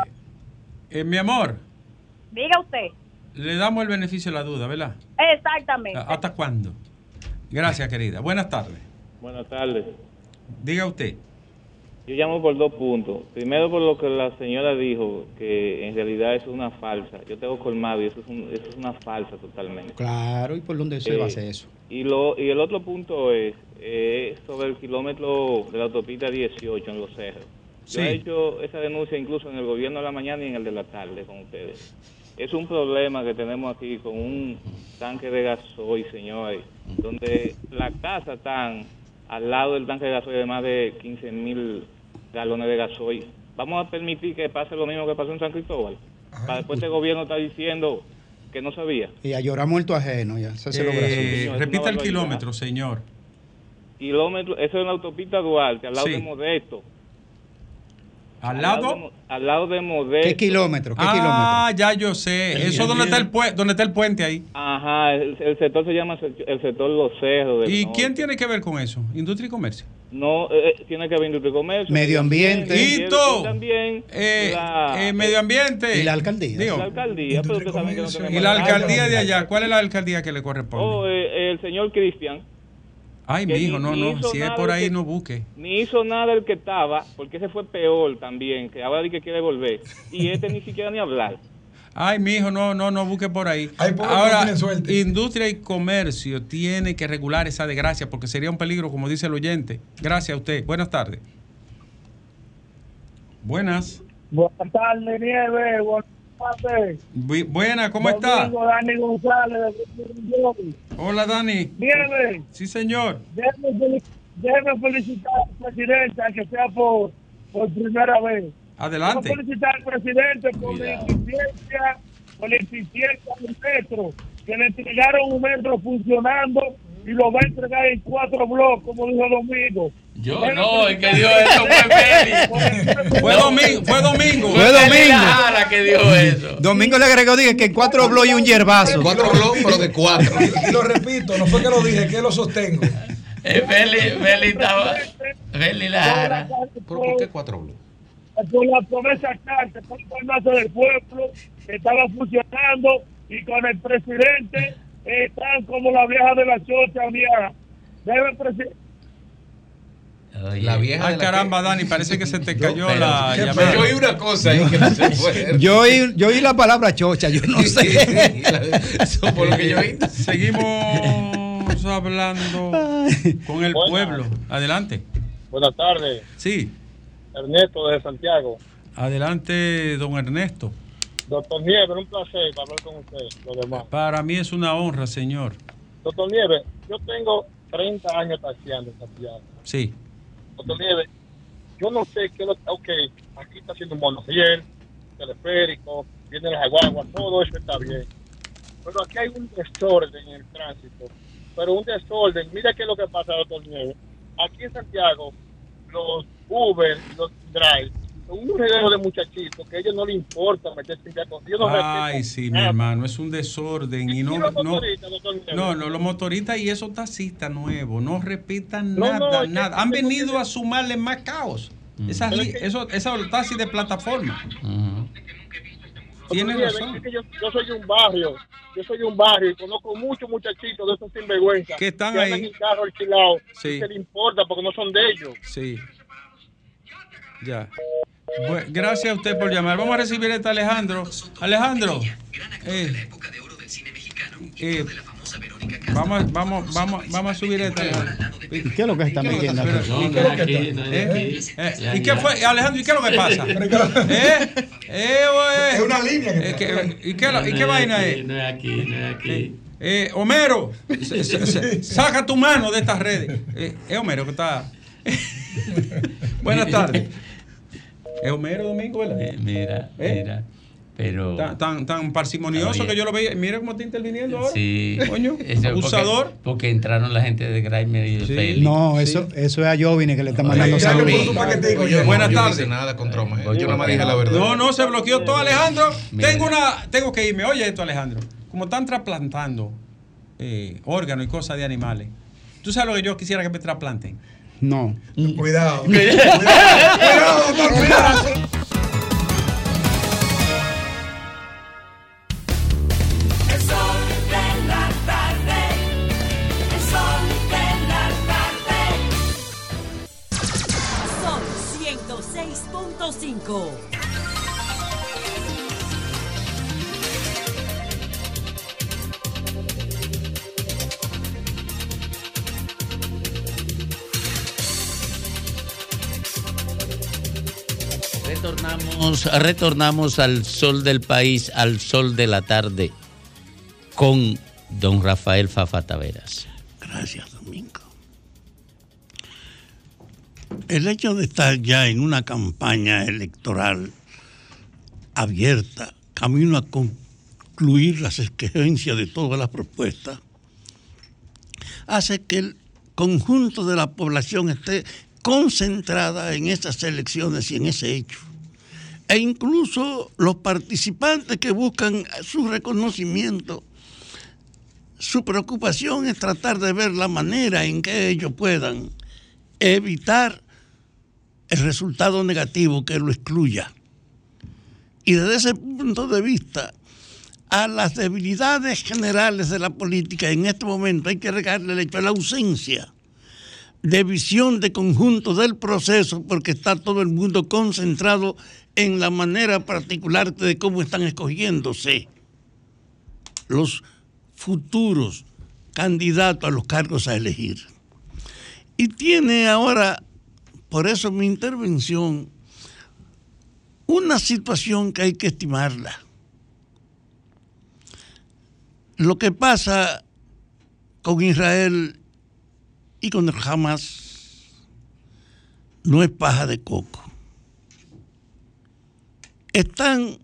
Mi amor. Diga usted. Le damos el beneficio de la duda, ¿verdad? Exactamente. ¿Hasta cuándo? Gracias, querida. Buenas tardes. Buenas tardes. Diga usted. Yo llamo por 2 puntos. Primero, por lo que la señora dijo, que en realidad eso es una falsa. Yo tengo colmado y eso es una falsa totalmente. Claro, ¿y por dónde se va a hacer eso? Y el otro punto es sobre el kilómetro de la autopista 18 en Los Cerros. Yo he hecho esa denuncia incluso en el gobierno de la mañana y en el de la tarde con ustedes. Es un problema que tenemos aquí con un tanque de gasoil, señores, donde las casas están al lado del tanque de gasoil de más de 15,000 galones de gasoil. ¿Vamos a permitir que pase lo mismo que pasó en San Cristóbal? Para después este gobierno está diciendo que no sabía. Y a llorar muerto ajeno, ya. Se lo repita el kilómetro, señor. Kilómetro, eso es en la autopista Duarte, al lado de Modesto. ¿Al lado? Al lado de Modesto. ¿Qué kilómetro? Ya yo sé. Eso donde está el puente ahí. Ajá, el sector se llama el sector Los Cerros. ¿Y quién tiene que ver con eso? ¿Industria y comercio? No, tiene que ver industria y comercio. Medio ambiente. Y también medio ambiente. Y la alcaldía. La alcaldía, pero ustedes saben que no tenemos. ¿Y la alcaldía de allá? ¿Cuál es la alcaldía que le corresponde? El señor Cristian. Ay, mijo, no, si es por ahí no busque. Ni hizo nada el que estaba, porque ese fue peor también, que ahora di que quiere volver. Y ni siquiera ni hablar. Ay, mijo, no busque por ahí. Ahora, industria y comercio tiene que regular esa desgracia, porque sería un peligro, como dice el oyente. Gracias a usted. Buenas tardes. Buenas. Buenas tardes, Nieves. Buena, ¿cómo está? Dani González. Hola, Dani. Nieves. Sí, señor. Déjeme felicitar al presidente, aunque sea por primera vez. Adelante. Quiero felicitar al presidente por la eficiencia del metro, que le entregaron un metro funcionando y lo va a entregar en 4 bloques, como dijo Domingo. El que dio eso fue Feli. Fue Domingo. Que dio eso. Domingo le agregó, dije que 4 bloques y un hierbazo. 4 bloques, pero de 4. Y lo repito, no fue que lo dije, que lo sostengo. Feli Lara. ¿Por qué 4 bloques? Por la promesa carta, por el formato del pueblo, que estaba funcionando, y con el presidente están como la vieja de la chocha vieja. La vieja. Ay, caramba, Dani, parece que se te cayó la llamada. Yo oí una cosa ahí que no se puede. Yo oí la palabra chocha, yo no sé. Eso por lo que yo oí. Seguimos hablando con el pueblo. Adelante. Buenas tardes. Sí. Ernesto de Santiago. Adelante, don Ernesto. Doctor Nieves, un placer hablar con usted. Los demás. Para mí es una honra, señor. Doctor Nieves, yo tengo 30 años taxiando en Santiago. Sí. Doctor Nieves, yo no sé qué aquí está haciendo un monorriel, teleférico, vienen las aguaguas, todo eso está bien. Pero aquí hay un desorden en el tránsito. Pero un desorden, mira qué es lo que pasa, doctor Nieves. Aquí en Santiago, los Uber y los Drive un reguero de muchachitos que a ellos no les importa meterse en Ay, sí, mi hermano, es un desorden. Y no, los motoristas y esos taxistas nuevos no repitan nada. Han venido a sumarle más caos. Esos taxis de plataforma. Tienes razón. Yo soy de un barrio y conozco muchos muchachitos de esos sinvergüenza que están que ahí andan en carro alquilado, sí. que le importa porque no son de ellos. Sí. Ya. Bueno, gracias a usted por llamar. Vamos a recibir a Alejandro. Alejandro. Vamos a subir esta. ¿Y qué es lo que está metiendo? ¿Y qué fue, Alejandro? ¿Y qué es lo que pasa? Es una línea. ¿Y qué vaina es? No es aquí. Homero, saca tu mano de estas redes. Es Homero que está. Buenas tardes. Es Homero Domingo, ¿verdad? Mira. Pero tan parsimonioso que yo lo veía. Mira cómo está interviniendo ahora. Sí. Coño, abusador. Porque entraron la gente de Grimer y de Félix. No, eso es a Jovine que le está mandando saludos. Buenas tardes. No hice nada contra Homero. Yo nada más dije la verdad. No, se bloqueó todo, Alejandro. Tengo que irme. Oye esto, Alejandro. Como están trasplantando órganos y cosas de animales, ¿tú sabes lo que yo quisiera que me trasplanten? No. Cuidado. El sol de la tarde. Sol 106.5. Retornamos al sol del país, al sol de la tarde, con don Rafael Fafa Taveras. Gracias, Domingo. El hecho de estar ya en una campaña electoral abierta, camino a concluir las exigencias de todas las propuestas, hace que el conjunto de la población esté concentrada en esas elecciones y en ese hecho. E incluso los participantes que buscan su reconocimiento, su preocupación es tratar de ver la manera en que ellos puedan evitar el resultado negativo que lo excluya. Y desde ese punto de vista, a las debilidades generales de la política en este momento hay que regarle el hecho de la ausencia de visión de conjunto del proceso, porque está todo el mundo concentrado en la manera particular de cómo están escogiéndose los futuros candidatos a los cargos a elegir. Y tiene ahora, por eso mi intervención, una situación que hay que estimarla. Lo que pasa con Israel y con el Hamas no es paja de coco. Están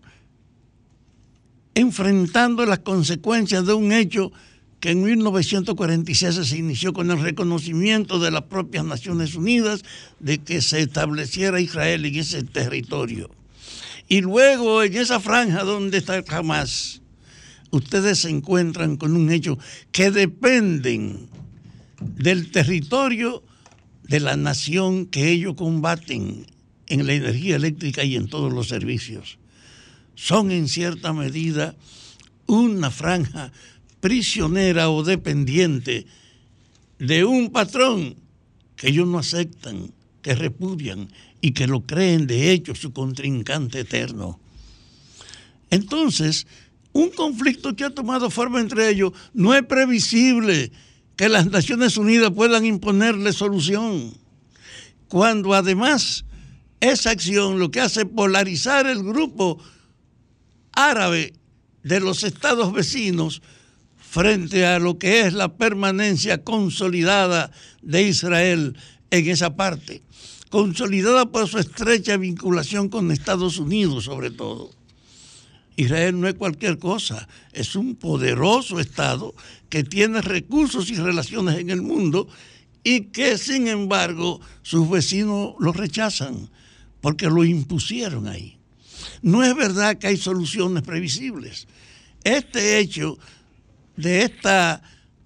enfrentando las consecuencias de un hecho que en 1946 se inició con el reconocimiento de las propias Naciones Unidas de que se estableciera Israel en ese territorio. Y luego en esa franja donde está el Hamas, ustedes se encuentran con un hecho que dependen del territorio de la nación que ellos combaten en la energía eléctrica y en todos los servicios. Son en cierta medida una franja prisionera o dependiente de un patrón que ellos no aceptan, que repudian y que lo creen de hecho su contrincante eterno. Entonces, un conflicto que ha tomado forma entre ellos no es previsible que las Naciones Unidas puedan imponerle solución, cuando además esa acción lo que hace es polarizar el grupo árabe de los estados vecinos frente a lo que es la permanencia consolidada de Israel en esa parte, consolidada por su estrecha vinculación con Estados Unidos sobre todo. Israel no es cualquier cosa, es un poderoso Estado que tiene recursos y relaciones en el mundo y que sin embargo sus vecinos lo rechazan porque lo impusieron ahí. No es verdad que hay soluciones previsibles. Este hecho de esta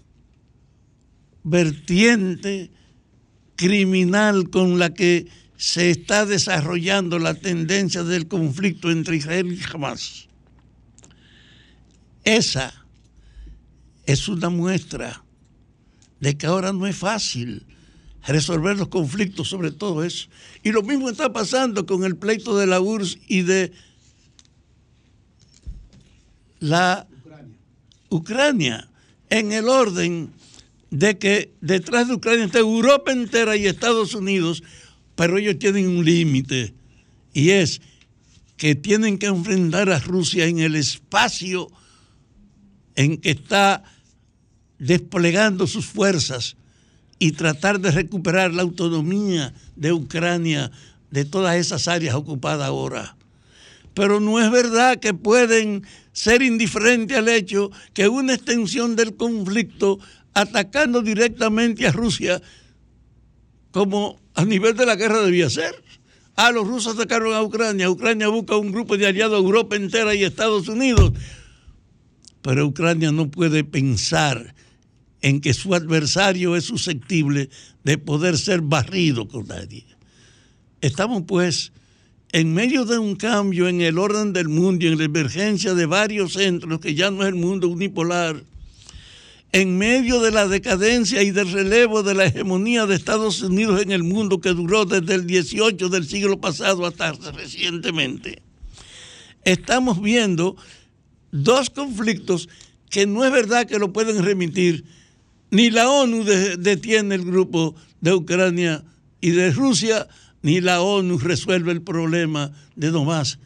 vertiente criminal con la que se está desarrollando la tendencia del conflicto entre Israel y Hamas, esa es una muestra de que ahora no es fácil resolver los conflictos sobre todo eso. Y lo mismo está pasando con el pleito de la URSS y de la Ucrania, en el orden de que detrás de Ucrania está Europa entera y Estados Unidos, pero ellos tienen un límite, y es que tienen que enfrentar a Rusia en el espacio en que está desplegando sus fuerzas y tratar de recuperar la autonomía de Ucrania de todas esas áreas ocupadas ahora. Pero no es verdad que pueden ser indiferentes al hecho que una extensión del conflicto atacando directamente a Rusia, como a nivel de la guerra debía ser. Los rusos atacaron a Ucrania, Ucrania busca un grupo de aliados, Europa entera y Estados Unidos. Pero Ucrania no puede pensar en que su adversario es susceptible de poder ser barrido con nadie. Estamos pues en medio de un cambio en el orden del mundo y en la emergencia de varios centros, que ya no es el mundo unipolar, en medio de la decadencia y del relevo de la hegemonía de Estados Unidos en el mundo, que duró desde el 18 del siglo pasado hasta recientemente. Estamos viendo dos conflictos que no es verdad que lo pueden remitir. Ni la ONU detiene el grupo de Ucrania y de Rusia, ni la ONU resuelve el problema de Donbass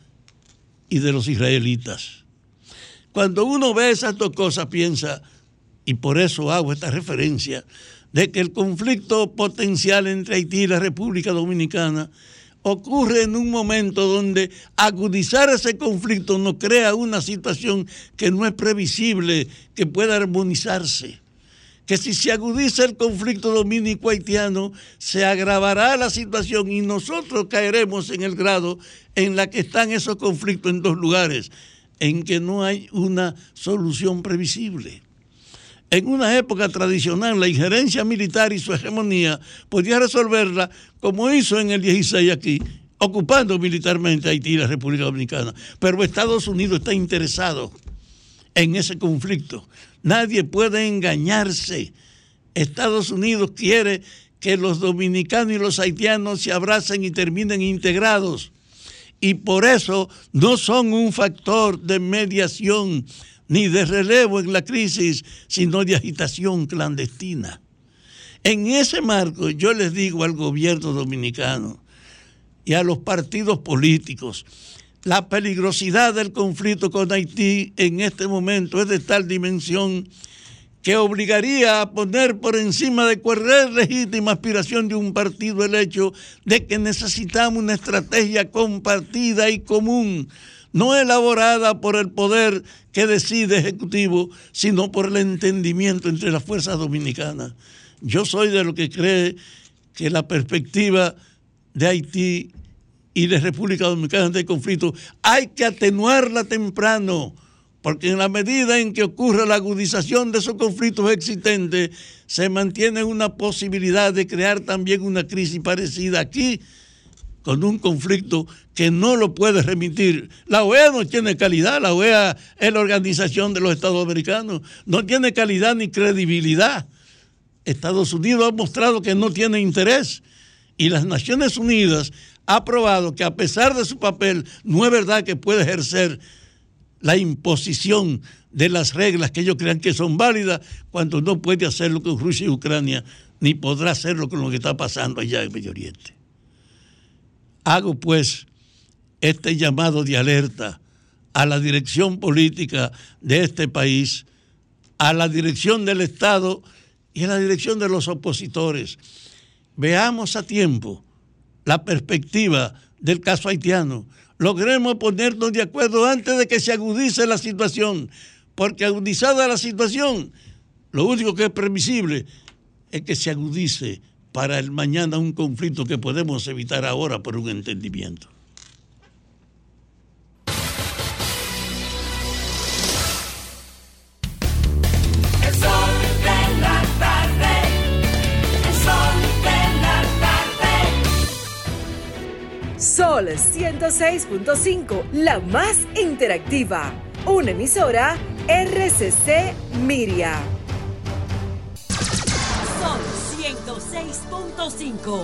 y de los israelitas. Cuando uno ve esas dos cosas, piensa, y por eso hago esta referencia, de que el conflicto potencial entre Haití y la República Dominicana ocurre en un momento donde agudizar ese conflicto nos crea una situación que no es previsible, que pueda armonizarse. Que si se agudiza el conflicto dominico-haitiano, se agravará la situación y nosotros caeremos en el grado en la que están esos conflictos en dos lugares, en que no hay una solución previsible. En una época tradicional, la injerencia militar y su hegemonía podía resolverla como hizo en el 16 aquí, ocupando militarmente Haití y la República Dominicana. Pero Estados Unidos está interesado en ese conflicto. Nadie puede engañarse. Estados Unidos quiere que los dominicanos y los haitianos se abracen y terminen integrados. Y por eso no son un factor de mediación ni de relevo en la crisis, sino de agitación clandestina. En ese marco yo les digo al gobierno dominicano y a los partidos políticos, la peligrosidad del conflicto con Haití en este momento es de tal dimensión que obligaría a poner por encima de cualquier legítima aspiración de un partido el hecho de que necesitamos una estrategia compartida y común, no elaborada por el poder que decide ejecutivo, sino por el entendimiento entre las fuerzas dominicanas. Yo soy de los que cree que la perspectiva de Haití y de República Dominicana de conflicto hay que atenuarla temprano, porque en la medida en que ocurre la agudización de esos conflictos existentes, se mantiene una posibilidad de crear también una crisis parecida aquí, con un conflicto que no lo puede remitir. La OEA no tiene calidad, la OEA es la Organización de los Estados Americanos, no tiene calidad ni credibilidad. Estados Unidos ha mostrado que no tiene interés, y las Naciones Unidas ha probado que a pesar de su papel, no es verdad que puede ejercer la imposición de las reglas que ellos crean que son válidas, cuando no puede hacerlo con Rusia y Ucrania, ni podrá hacerlo con lo que está pasando allá en Medio Oriente. Hago pues este llamado de alerta a la dirección política de este país, a la dirección del Estado y a la dirección de los opositores. Veamos a tiempo la perspectiva del caso haitiano. Logremos ponernos de acuerdo antes de que se agudice la situación, porque agudizada la situación, lo único que es previsible es que se agudice para el mañana un conflicto que podemos evitar ahora por un entendimiento. El sol de la tarde, el sol de la tarde. Sol 106.5, la más interactiva. Una emisora RCC Miria. Sol 106.5.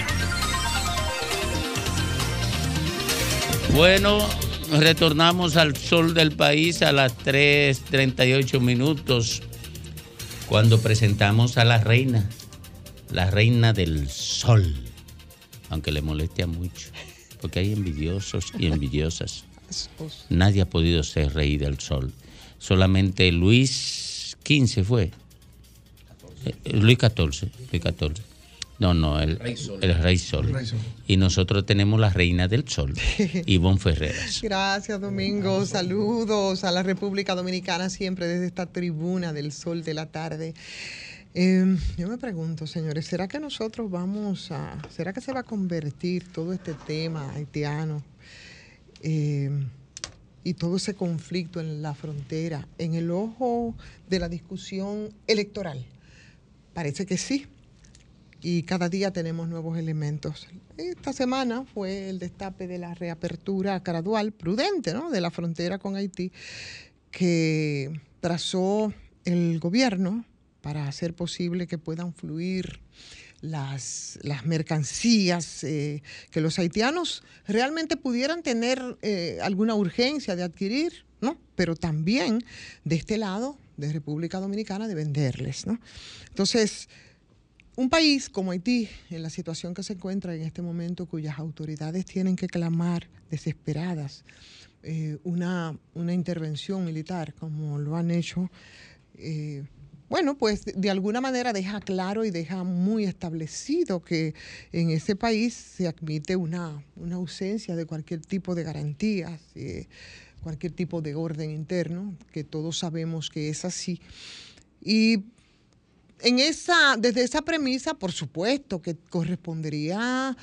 Bueno, retornamos al sol del país a las 3:38 minutos, cuando presentamos a la reina del sol, aunque le moleste mucho, porque hay envidiosos y envidiosas. Nadie ha podido ser rey del sol. Solamente Luis XV fue. Luis XIV. No, el Rey Sol. Y nosotros tenemos la reina del sol, Ivonne Ferreras. Gracias, Domingo. Saludos a la República Dominicana, siempre desde esta tribuna del sol de la tarde. Yo me pregunto, señores, ¿será que será que se va a convertir todo este tema haitiano y todo ese conflicto en la frontera en el ojo de la discusión electoral? Parece que sí. Y cada día tenemos nuevos elementos. Esta semana fue el destape de la reapertura gradual, prudente, ¿no?, de la frontera con Haití, que trazó el gobierno para hacer posible que puedan fluir las mercancías, que los haitianos realmente pudieran tener alguna urgencia de adquirir, ¿no? Pero también de este lado, de República Dominicana, de venderles, ¿no? Entonces, un país como Haití, en la situación que se encuentra en este momento, cuyas autoridades tienen que clamar desesperadas una intervención militar, como lo han hecho, bueno, pues de alguna manera deja claro y deja muy establecido que en ese país se admite una ausencia de cualquier tipo de garantías, cualquier tipo de orden interno, que todos sabemos que es así. Y desde esa premisa, por supuesto, que correspondería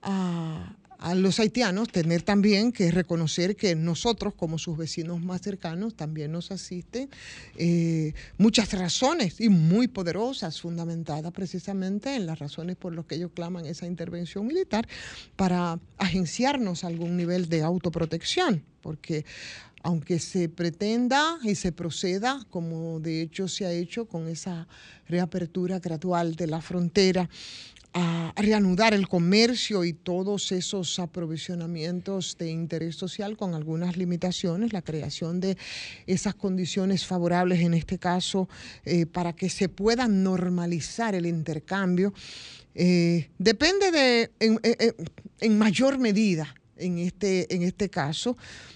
a los haitianos tener también que reconocer que nosotros, como sus vecinos más cercanos, también nos asisten muchas razones y muy poderosas, fundamentadas precisamente en las razones por las que ellos claman esa intervención militar, para agenciarnos algún nivel de autoprotección, porque aunque se pretenda y se proceda, como de hecho se ha hecho con esa reapertura gradual de la frontera, a reanudar el comercio y todos esos aprovisionamientos de interés social con algunas limitaciones, la creación de esas condiciones favorables, en este caso, para que se pueda normalizar el intercambio, depende en mayor medida, en este caso,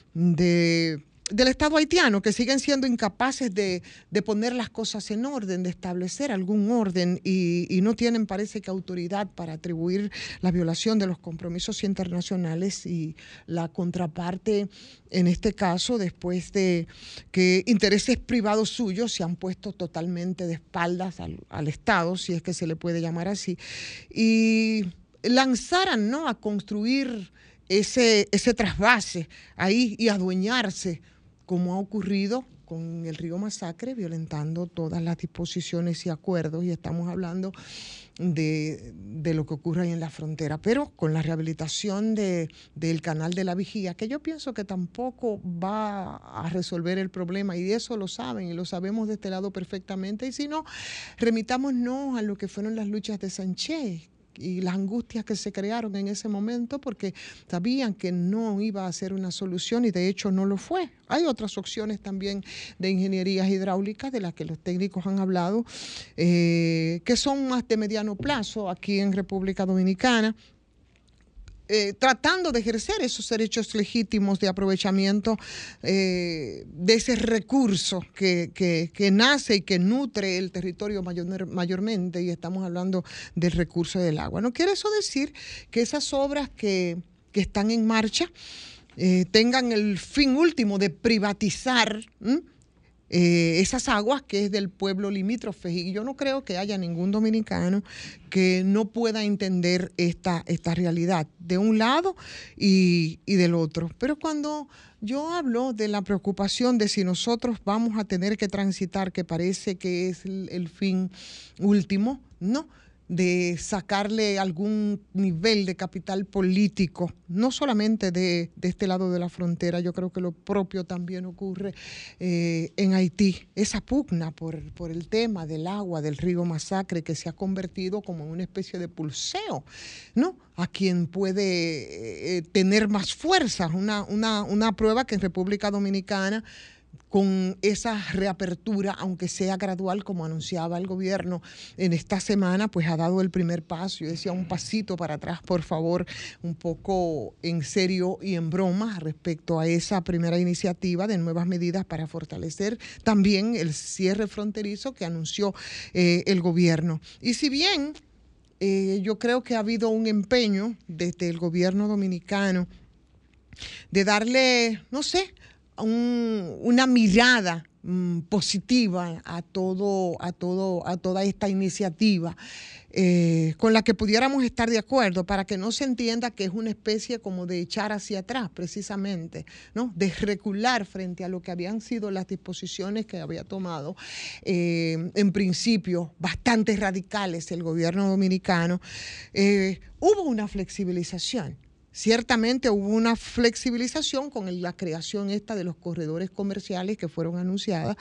del Estado haitiano, que siguen siendo incapaces de poner las cosas en orden, de establecer algún orden y no tienen, parece que, autoridad para atribuir la violación de los compromisos internacionales, y la contraparte, en este caso, después de que intereses privados suyos se han puesto totalmente de espaldas al Estado, si es que se le puede llamar así, y lanzaran, ¿no?, a construir ese trasvase ahí y adueñarse, como ha ocurrido con el Río Masacre, violentando todas las disposiciones y acuerdos, y estamos hablando de lo que ocurre ahí en la frontera, pero con la rehabilitación del canal de la Vigía, que yo pienso que tampoco va a resolver el problema, y eso lo saben y lo sabemos de este lado perfectamente, y si no, remitámonos a lo que fueron las luchas de Sánchez y las angustias que se crearon en ese momento, porque sabían que no iba a ser una solución, y de hecho no lo fue. Hay otras opciones también de ingenierías hidráulicas de las que los técnicos han hablado, que son más de mediano plazo aquí en República Dominicana, tratando de ejercer esos derechos legítimos de aprovechamiento de ese recurso que nace y que nutre el territorio mayormente, y estamos hablando del recurso del agua. No quiere eso decir que esas obras que están en marcha tengan el fin último de privatizar esas aguas que es del pueblo limítrofe. Y yo no creo que haya ningún dominicano que no pueda entender esta realidad de un lado y del otro. Pero cuando yo hablo de la preocupación de si nosotros vamos a tener que transitar, que parece que es el fin último, no, de sacarle algún nivel de capital político, no solamente de este lado de la frontera. Yo creo que lo propio también ocurre en Haití. Esa pugna por el tema del agua del río Masacre, que se ha convertido como en una especie de pulseo, ¿no? A quien puede tener más fuerza. Una prueba que en República Dominicana, con esa reapertura, aunque sea gradual, como anunciaba el gobierno en esta semana, pues ha dado el primer paso. Yo decía, un pasito para atrás, por favor, un poco en serio y en broma respecto a esa primera iniciativa de nuevas medidas para fortalecer también el cierre fronterizo que anunció el gobierno. Y si bien yo creo que ha habido un empeño desde el gobierno dominicano de darle, no sé, una mirada positiva a toda esta iniciativa, con la que pudiéramos estar de acuerdo, para que no se entienda que es una especie como de echar hacia atrás, precisamente, ¿no? De recular frente a lo que habían sido las disposiciones que había tomado, en principio, bastante radicales el gobierno dominicano. Hubo una flexibilización. Ciertamente hubo una flexibilización con la creación de los corredores comerciales que fueron anunciadas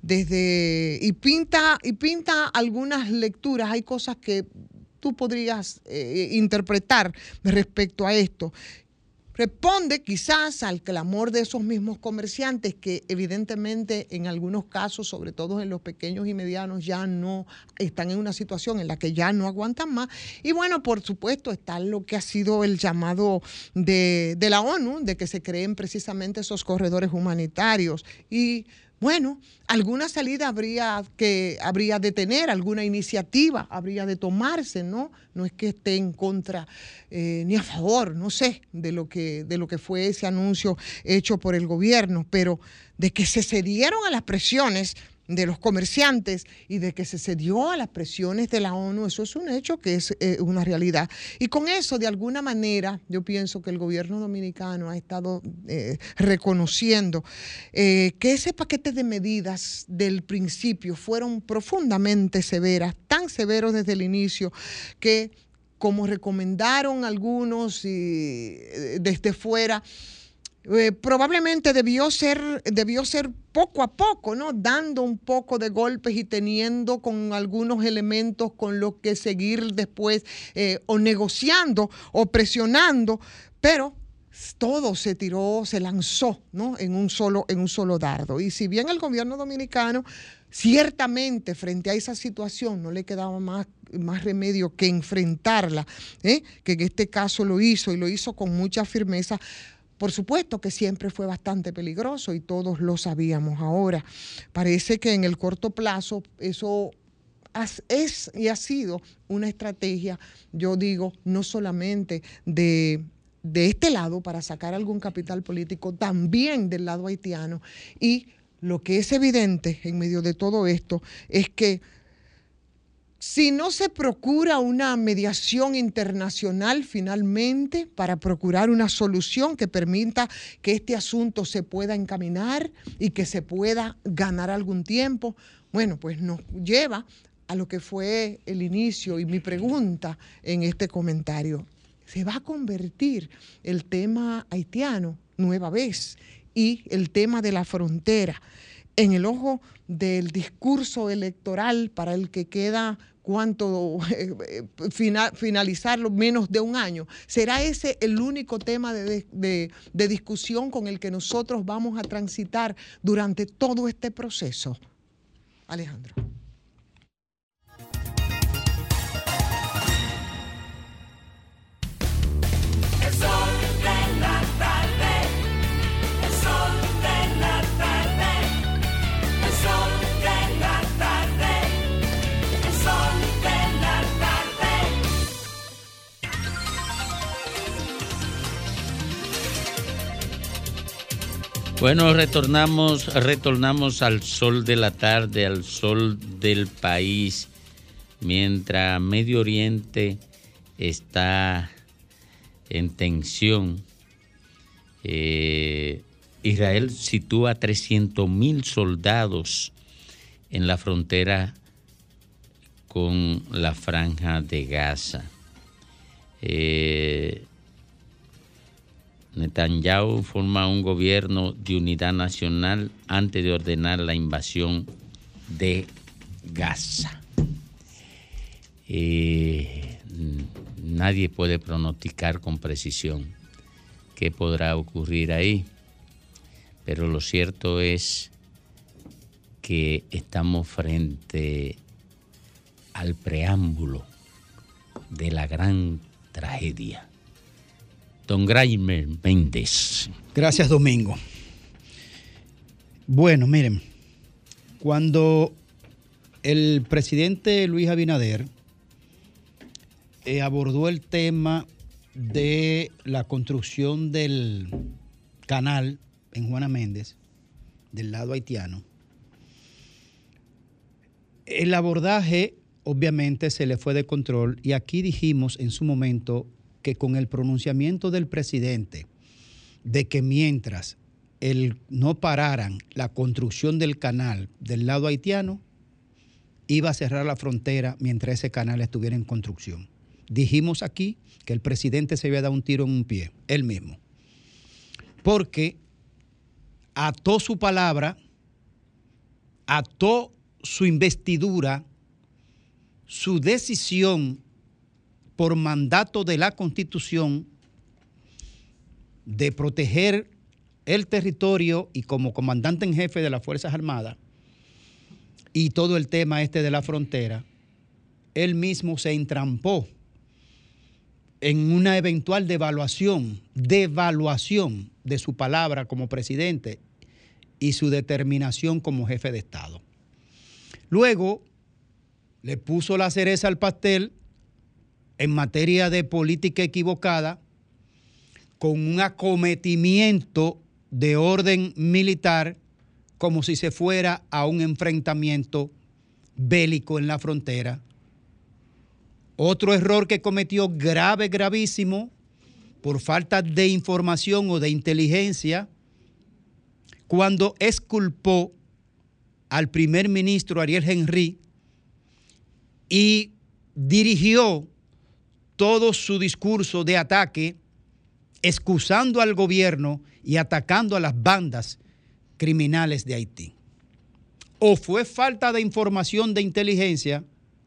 y pinta algunas lecturas. Hay cosas que tú podrías interpretar respecto a esto. Responde quizás al clamor de esos mismos comerciantes que evidentemente en algunos casos, sobre todo en los pequeños y medianos, ya no están en una situación en la que ya no aguantan más. Y bueno, por supuesto está lo que ha sido el llamado de la ONU, de que se creen precisamente esos corredores humanitarios. Y bueno, alguna salida habría de tener, alguna iniciativa habría de tomarse, ¿no? No es que esté en contra ni a favor, no sé, de lo que fue ese anuncio hecho por el gobierno, pero de que se cedieron a las presiones de los comerciantes y de que se cedió a las presiones de la ONU, eso es un hecho que es una realidad. Y con eso, de alguna manera, yo pienso que el gobierno dominicano ha estado reconociendo que ese paquete de medidas del principio fueron profundamente severas, tan severos desde el inicio que, como recomendaron algunos y desde fuera, probablemente debió ser poco a poco, ¿no? Dando un poco de golpes y teniendo con algunos elementos con los que seguir después o negociando o presionando, pero todo se lanzó, ¿no? en un solo dardo. Y si bien el gobierno dominicano ciertamente frente a esa situación no le quedaba más remedio que enfrentarla, que en este caso lo hizo y lo hizo con mucha firmeza. Por supuesto que siempre fue bastante peligroso y todos lo sabíamos. Ahora, parece que en el corto plazo eso es y ha sido una estrategia, yo digo, no solamente de este lado para sacar algún capital político, también del lado haitiano. Y lo que es evidente en medio de todo esto es que si no se procura una mediación internacional finalmente para procurar una solución que permita que este asunto se pueda encaminar y que se pueda ganar algún tiempo, bueno, pues nos lleva a lo que fue el inicio y mi pregunta en este comentario. ¿Se va a convertir el tema haitiano nueva vez y el tema de la frontera en el ojo del discurso electoral para el que queda finalizarlo menos de un año? ¿Será ese el único tema de discusión con el que nosotros vamos a transitar durante todo este proceso? Alejandro. El sol de la tarde, el sol de la tarde, el sol de la tarde, el sol de la tarde. Bueno, retornamos al sol de la tarde, al sol del país, mientras Medio Oriente está en tensión. Israel sitúa 300,000 soldados en la frontera con la Franja de Gaza. Netanyahu forma un gobierno de unidad nacional antes de ordenar la invasión de Gaza. Nadie puede pronosticar con precisión qué podrá ocurrir ahí, pero lo cierto es que estamos frente al preámbulo de la gran tragedia. Don Graimer Méndez. Gracias, Domingo. Bueno, miren, cuando el presidente Luis Abinader abordó el tema de la construcción del canal en Juana Méndez, del lado haitiano, el abordaje obviamente se le fue de control y aquí dijimos en su momento que con el pronunciamiento del presidente de que mientras no pararan la construcción del canal del lado haitiano, iba a cerrar la frontera mientras ese canal estuviera en construcción. Dijimos aquí que el presidente se había dado un tiro en un pie, él mismo, porque ató su palabra, ató su investidura, su decisión por mandato de la Constitución de proteger el territorio y como comandante en jefe de las Fuerzas Armadas y todo el tema de la frontera, él mismo se entrampó en una eventual devaluación de su palabra como presidente y su determinación como jefe de Estado. Luego le puso la cereza al pastel en materia de política equivocada, con un acometimiento de orden militar como si se fuera a un enfrentamiento bélico en la frontera. Otro error que cometió gravísimo, por falta de información o de inteligencia, cuando exculpó al primer ministro Ariel Henry y dirigió todo su discurso de ataque, excusando al gobierno y atacando a las bandas criminales de Haití. O fue falta de información de inteligencia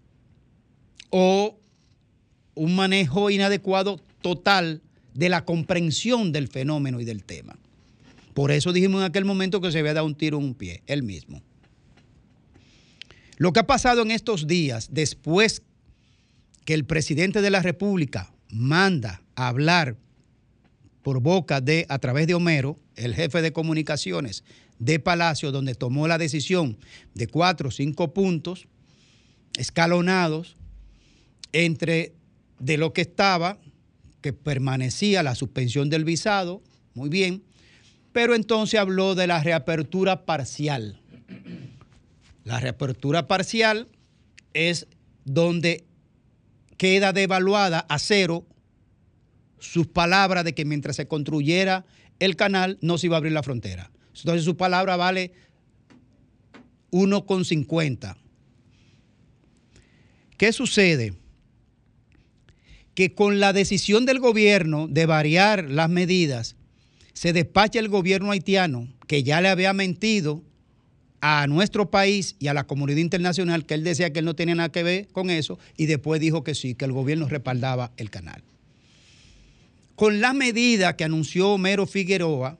o un manejo inadecuado total de la comprensión del fenómeno y del tema. Por eso dijimos en aquel momento que se había dado un tiro en un pie, él mismo. Lo que ha pasado en estos días, después que el presidente de la República manda a hablar por boca a través de Homero, el jefe de comunicaciones de Palacio, donde tomó la decisión de 4 o 5 puntos escalonados entre de lo que estaba, que permanecía la suspensión del visado, muy bien, pero entonces habló de la reapertura parcial. La reapertura parcial es donde queda devaluada a cero sus palabras de que mientras se construyera el canal no se iba a abrir la frontera. Entonces su palabra vale 1,50. ¿Qué sucede? Que con la decisión del gobierno de variar las medidas, se despacha el gobierno haitiano, que ya le había mentido a nuestro país y a la comunidad internacional, que él decía que él no tenía nada que ver con eso, y después dijo que sí, que el gobierno respaldaba el canal. Con la medida que anunció Homero Figueroa,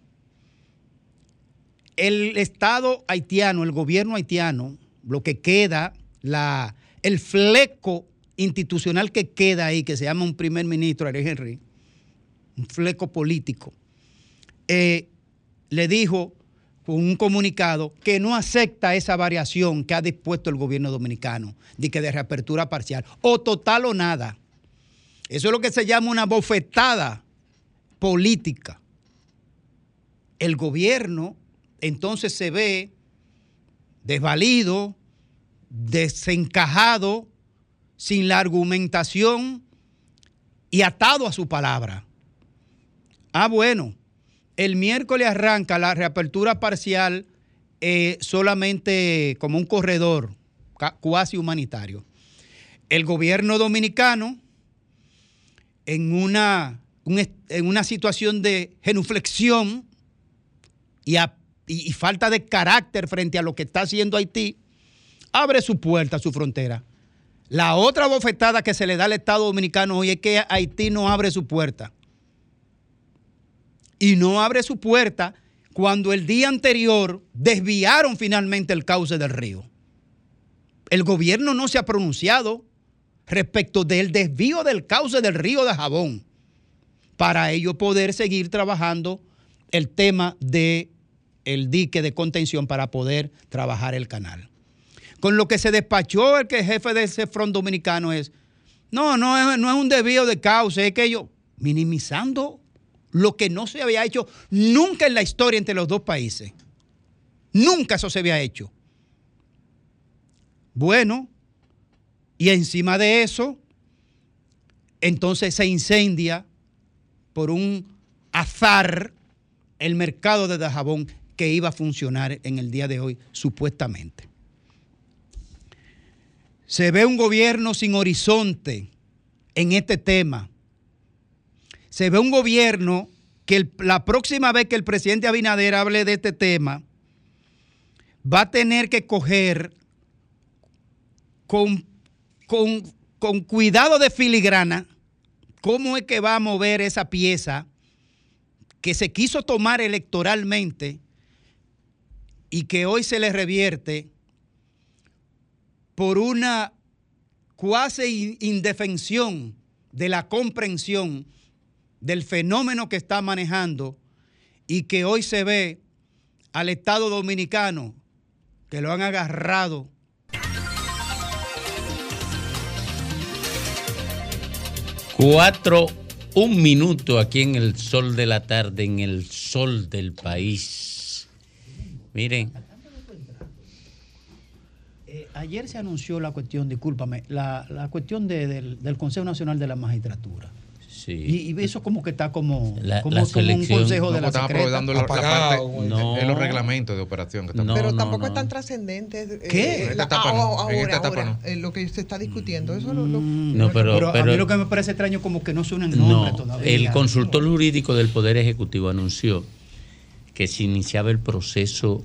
el Estado haitiano, el gobierno haitiano, lo que queda, el fleco institucional que queda ahí, que se llama un primer ministro, Ariel Henry, un fleco político, le dijo con un comunicado que no acepta esa variación que ha dispuesto el gobierno dominicano, de que de reapertura parcial, o total o nada. Eso es lo que se llama una bofetada política. El gobierno entonces se ve desvalido, desencajado, sin la argumentación y atado a su palabra. Bueno, el miércoles arranca la reapertura parcial solamente como un corredor cuasi humanitario. El gobierno dominicano, en una situación de genuflexión y falta de carácter frente a lo que está haciendo Haití, abre su puerta, su frontera. La otra bofetada que se le da al Estado Dominicano hoy es que Haití no abre su puerta. Y no abre su puerta cuando el día anterior desviaron finalmente el cauce del río. El gobierno no se ha pronunciado respecto del desvío del cauce del río de Jabón para ello poder seguir trabajando el tema del dique de contención para poder trabajar el canal. Con lo que se despachó el jefe de ese front dominicano no es un desvío de cauce, es que ellos minimizando lo que no se había hecho nunca en la historia entre los dos países. Nunca eso se había hecho. Bueno, y encima de eso, entonces se incendia por un azar el mercado de Dajabón que iba a funcionar en el día de hoy, supuestamente. Se ve un gobierno sin horizonte en este tema. Se ve un gobierno que la próxima vez que el presidente Abinader hable de este tema, va a tener que coger con cuidado de filigrana cómo es que va a mover esa pieza que se quiso tomar electoralmente y que hoy se le revierte por una cuasi indefensión de la comprensión del fenómeno que está manejando y que hoy se ve al Estado Dominicano que lo han agarrado. Un minuto aquí en el sol de la tarde, en el sol del país. Miren. Ayer se anunció la cuestión, discúlpame, la cuestión del Consejo Nacional de la Magistratura. Sí. Y eso como que está como un consejo de la secreta. La parte en los reglamentos de operación. Pero tampoco es tan trascendente. ¿Qué? En esta etapa no. Lo que se está discutiendo. Eso pero a mí lo que me parece extraño como que no suena el nombre todavía. El consultor jurídico del Poder Ejecutivo anunció que se iniciaba el proceso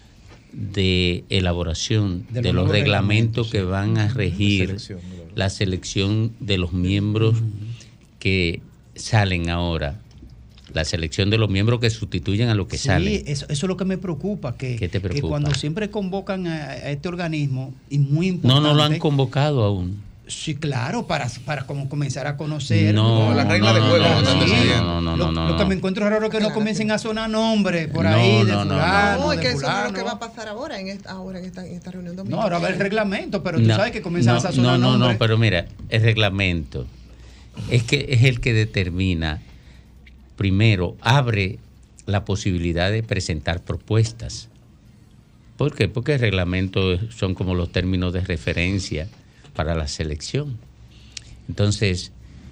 de elaboración de los reglamentos que van a regir la selección de los miembros que salen ahora, la selección de los miembros que sustituyen a los que salen. Sí, eso es lo que me preocupa. ¿Qué te preocupa? Que cuando siempre convocan a este organismo, y muy importante... No lo han convocado aún. Sí, claro, para como comenzar a conocer. La regla de juego. No. Lo que me encuentro raro es que no comiencen a sonar nombres por ahí de fulano. No, es que eso es lo que va a pasar ahora en esta reunión dominicana. No, ahora va el reglamento, pero tú sabes que comienzan a sonar nombres. No, pero mira, el reglamento es el que determina, primero, abre la posibilidad de presentar propuestas. ¿Por qué? Porque el reglamento son como los términos de referencia para la selección. Entonces,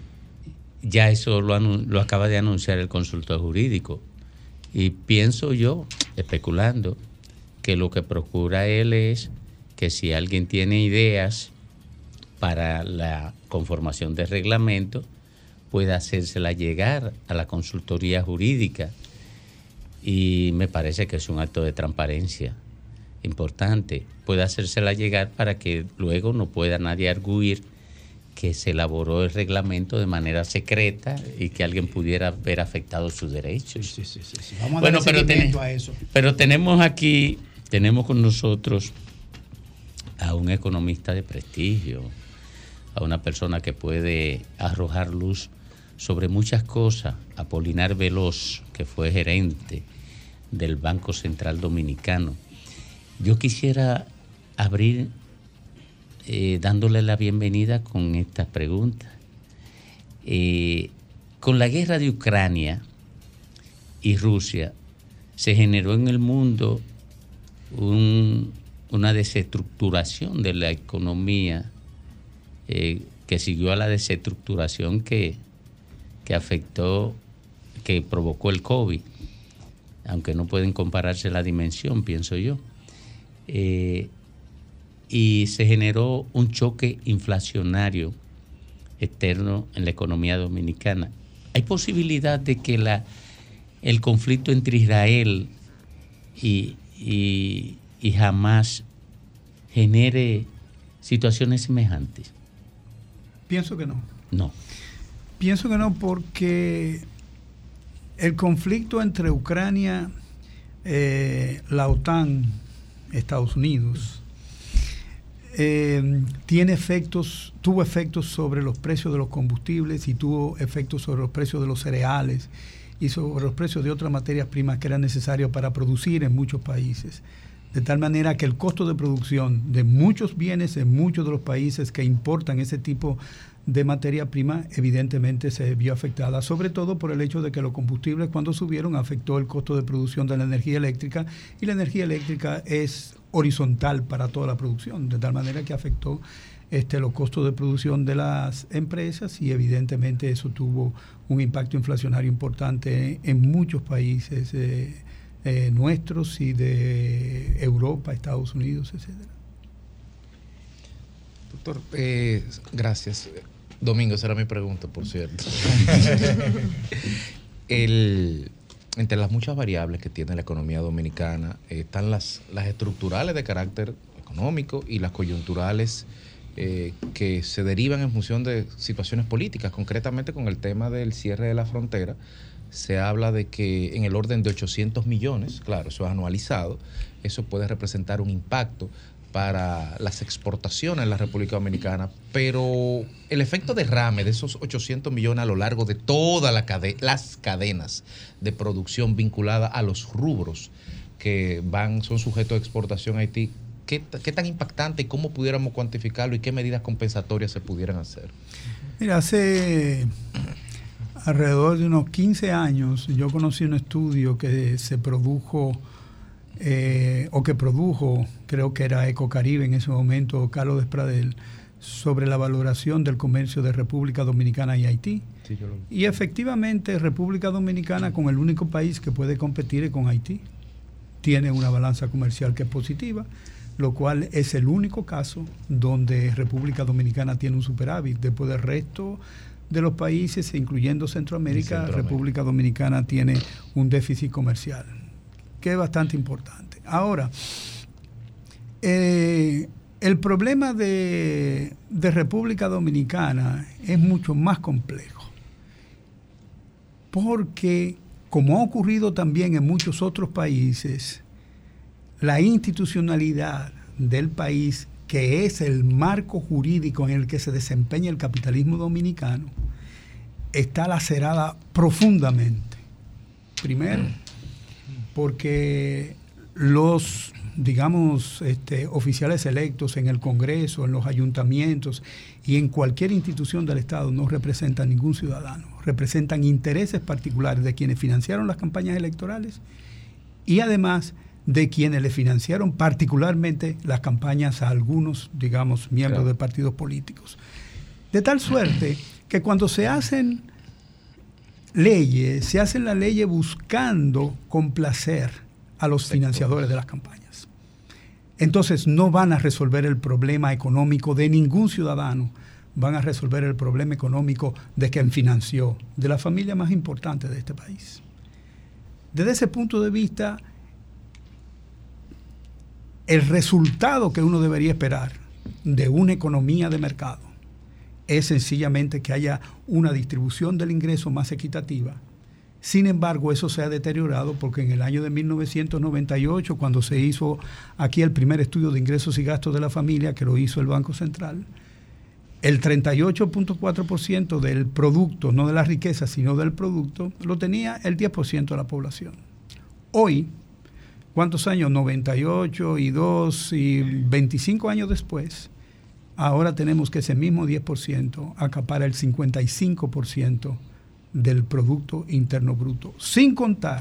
ya eso lo acaba de anunciar el consultor jurídico. Y pienso yo, especulando, que lo que procura él es que si alguien tiene ideas para la conformación del reglamento, pueda hacérsela llegar a la consultoría jurídica. Y me parece que es un acto de transparencia importante. Puede hacérsela llegar para que luego no pueda nadie arguir que se elaboró el reglamento de manera secreta y que alguien pudiera ver afectados sus derechos. Sí. Vamos a darle seguimiento a eso. Pero tenemos con nosotros a un economista de prestigio, a una persona que puede arrojar luz sobre muchas cosas, Apolinar Veloz, que fue gerente del Banco Central Dominicano. Yo quisiera abrir dándole la bienvenida con estas preguntas. Con la guerra de Ucrania y Rusia, se generó en el mundo una desestructuración de la economía que siguió a la desestructuración que afectó, que provocó el COVID, aunque no pueden compararse la dimensión, pienso yo. Y se generó un choque inflacionario externo en la economía dominicana. ¿Hay posibilidad de que el conflicto entre Israel y Hamas genere situaciones semejantes? Pienso que no. No. Pienso que no, porque el conflicto entre Ucrania, la OTAN, Estados Unidos, tuvo efectos sobre los precios de los combustibles y tuvo efectos sobre los precios de los cereales y sobre los precios de otras materias primas que eran necesarias para producir en muchos países. De tal manera que el costo de producción de muchos bienes en muchos de los países que importan ese tipo de materia prima evidentemente se vio afectada, sobre todo por el hecho de que los combustibles cuando subieron afectó el costo de producción de la energía eléctrica, y la energía eléctrica es horizontal para toda la producción, de tal manera que afectó los costos de producción de las empresas, y evidentemente eso tuvo un impacto inflacionario importante en muchos países nuestros y de Europa, Estados Unidos, etcétera. Doctor, gracias. Domingo, esa era mi pregunta, por cierto. Entre las muchas variables que tiene la economía dominicana están las estructurales de carácter económico y las coyunturales que se derivan en función de situaciones políticas. Concretamente con el tema del cierre de la frontera, se habla de que en el orden de 800 millones, claro, eso es anualizado, eso puede representar un impacto para las exportaciones en la República Dominicana, pero el efecto derrame de esos 800 millones a lo largo de todas las cadenas de producción vinculadas a los rubros que son sujetos a exportación a Haití, ¿qué tan impactante y cómo pudiéramos cuantificarlo y qué medidas compensatorias se pudieran hacer? Mira, hace alrededor de unos 15 años yo conocí un estudio que se produjo que produjo, creo que era Ecocaribe en ese momento, Carlos Despradel, sobre la valoración del comercio de República Dominicana y Haití. Sí, y efectivamente República Dominicana, con el único país que puede competir es con Haití, tiene una balanza comercial que es positiva, lo cual es el único caso donde República Dominicana tiene un superávit. Después del resto de los países, incluyendo Centroamérica, República Dominicana tiene un déficit comercial, que es bastante importante. Ahora, el problema de República Dominicana es mucho más complejo, porque, como ha ocurrido también en muchos otros países, la institucionalidad del país, que es el marco jurídico en el que se desempeña el capitalismo dominicano, está lacerada profundamente. Primero, porque los, oficiales electos en el Congreso, en los ayuntamientos y en cualquier institución del Estado no representan ningún ciudadano, representan intereses particulares de quienes financiaron las campañas electorales y además de quienes le financiaron particularmente las campañas a algunos, miembros de partidos políticos. De tal suerte que cuando se hacen leyes, se hacen las leyes buscando complacer a los financiadores de las campañas. Entonces no van a resolver el problema económico de ningún ciudadano, van a resolver el problema económico de quien financió, de la familia más importante de este país. Desde ese punto de vista, el resultado que uno debería esperar de una economía de mercado es sencillamente que haya una distribución del ingreso más equitativa. Sin embargo, eso se ha deteriorado porque en el año de 1998, cuando se hizo aquí el primer estudio de ingresos y gastos de la familia, que lo hizo el Banco Central, el 38.4% del producto, no de la riqueza, sino del producto, lo tenía el 10% de la población. Hoy, ¿cuántos años? 98 y 2 y 25 años después, ahora tenemos que ese mismo 10% acapara el 55% del Producto Interno Bruto, sin contar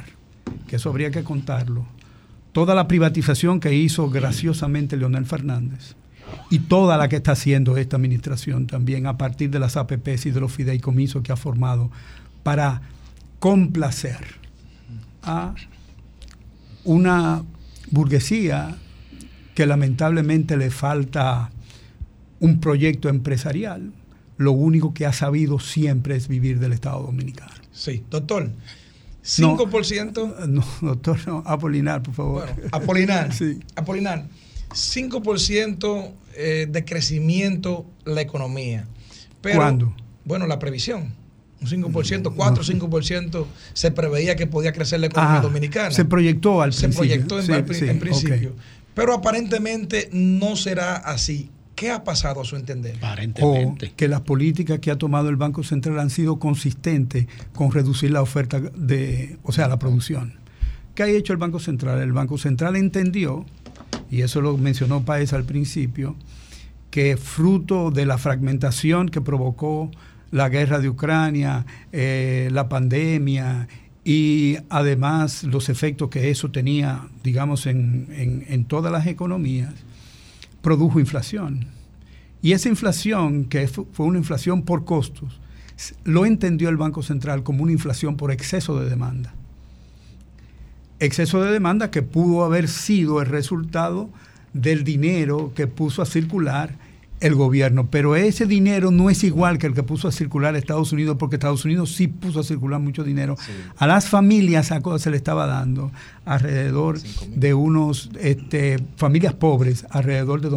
que eso habría que contarlo, toda la privatización que hizo graciosamente Leonel Fernández y toda la que está haciendo esta administración también a partir de las APPs y de los fideicomisos que ha formado para complacer a una burguesía que lamentablemente le falta un proyecto empresarial. Lo único que ha sabido siempre es vivir del Estado Dominicano. Sí, doctor. 5%. No, doctor, no, Apolinar, por favor. Bueno, Apolinar. Sí. Apolinar. 5% de crecimiento la economía. Pero, ¿cuándo? Bueno, la previsión. Un 5%, 4 o 5% se preveía que podía crecer la economía dominicana. Se proyectó al principio. Se proyectó en principio. Okay. Pero aparentemente no será así. ¿Qué ha pasado a su entender? Aparentemente. O que las políticas que ha tomado el Banco Central han sido consistentes con reducir la oferta la producción. ¿Qué ha hecho el Banco Central? El Banco Central entendió, y eso lo mencionó Páez al principio, que fruto de la fragmentación que provocó la guerra de Ucrania, la pandemia y además los efectos que eso tenía, digamos, en todas las economías, produjo inflación. Y esa inflación, que fue una inflación por costos, lo entendió el Banco Central como una inflación por exceso de demanda. Exceso de demanda que pudo haber sido el resultado del dinero que puso a circular el gobierno, pero ese dinero no es igual que el que puso a circular Estados Unidos, porque Estados Unidos sí puso a circular mucho dinero. Sí. A las familias se le estaba dando alrededor de unos, familias pobres, alrededor de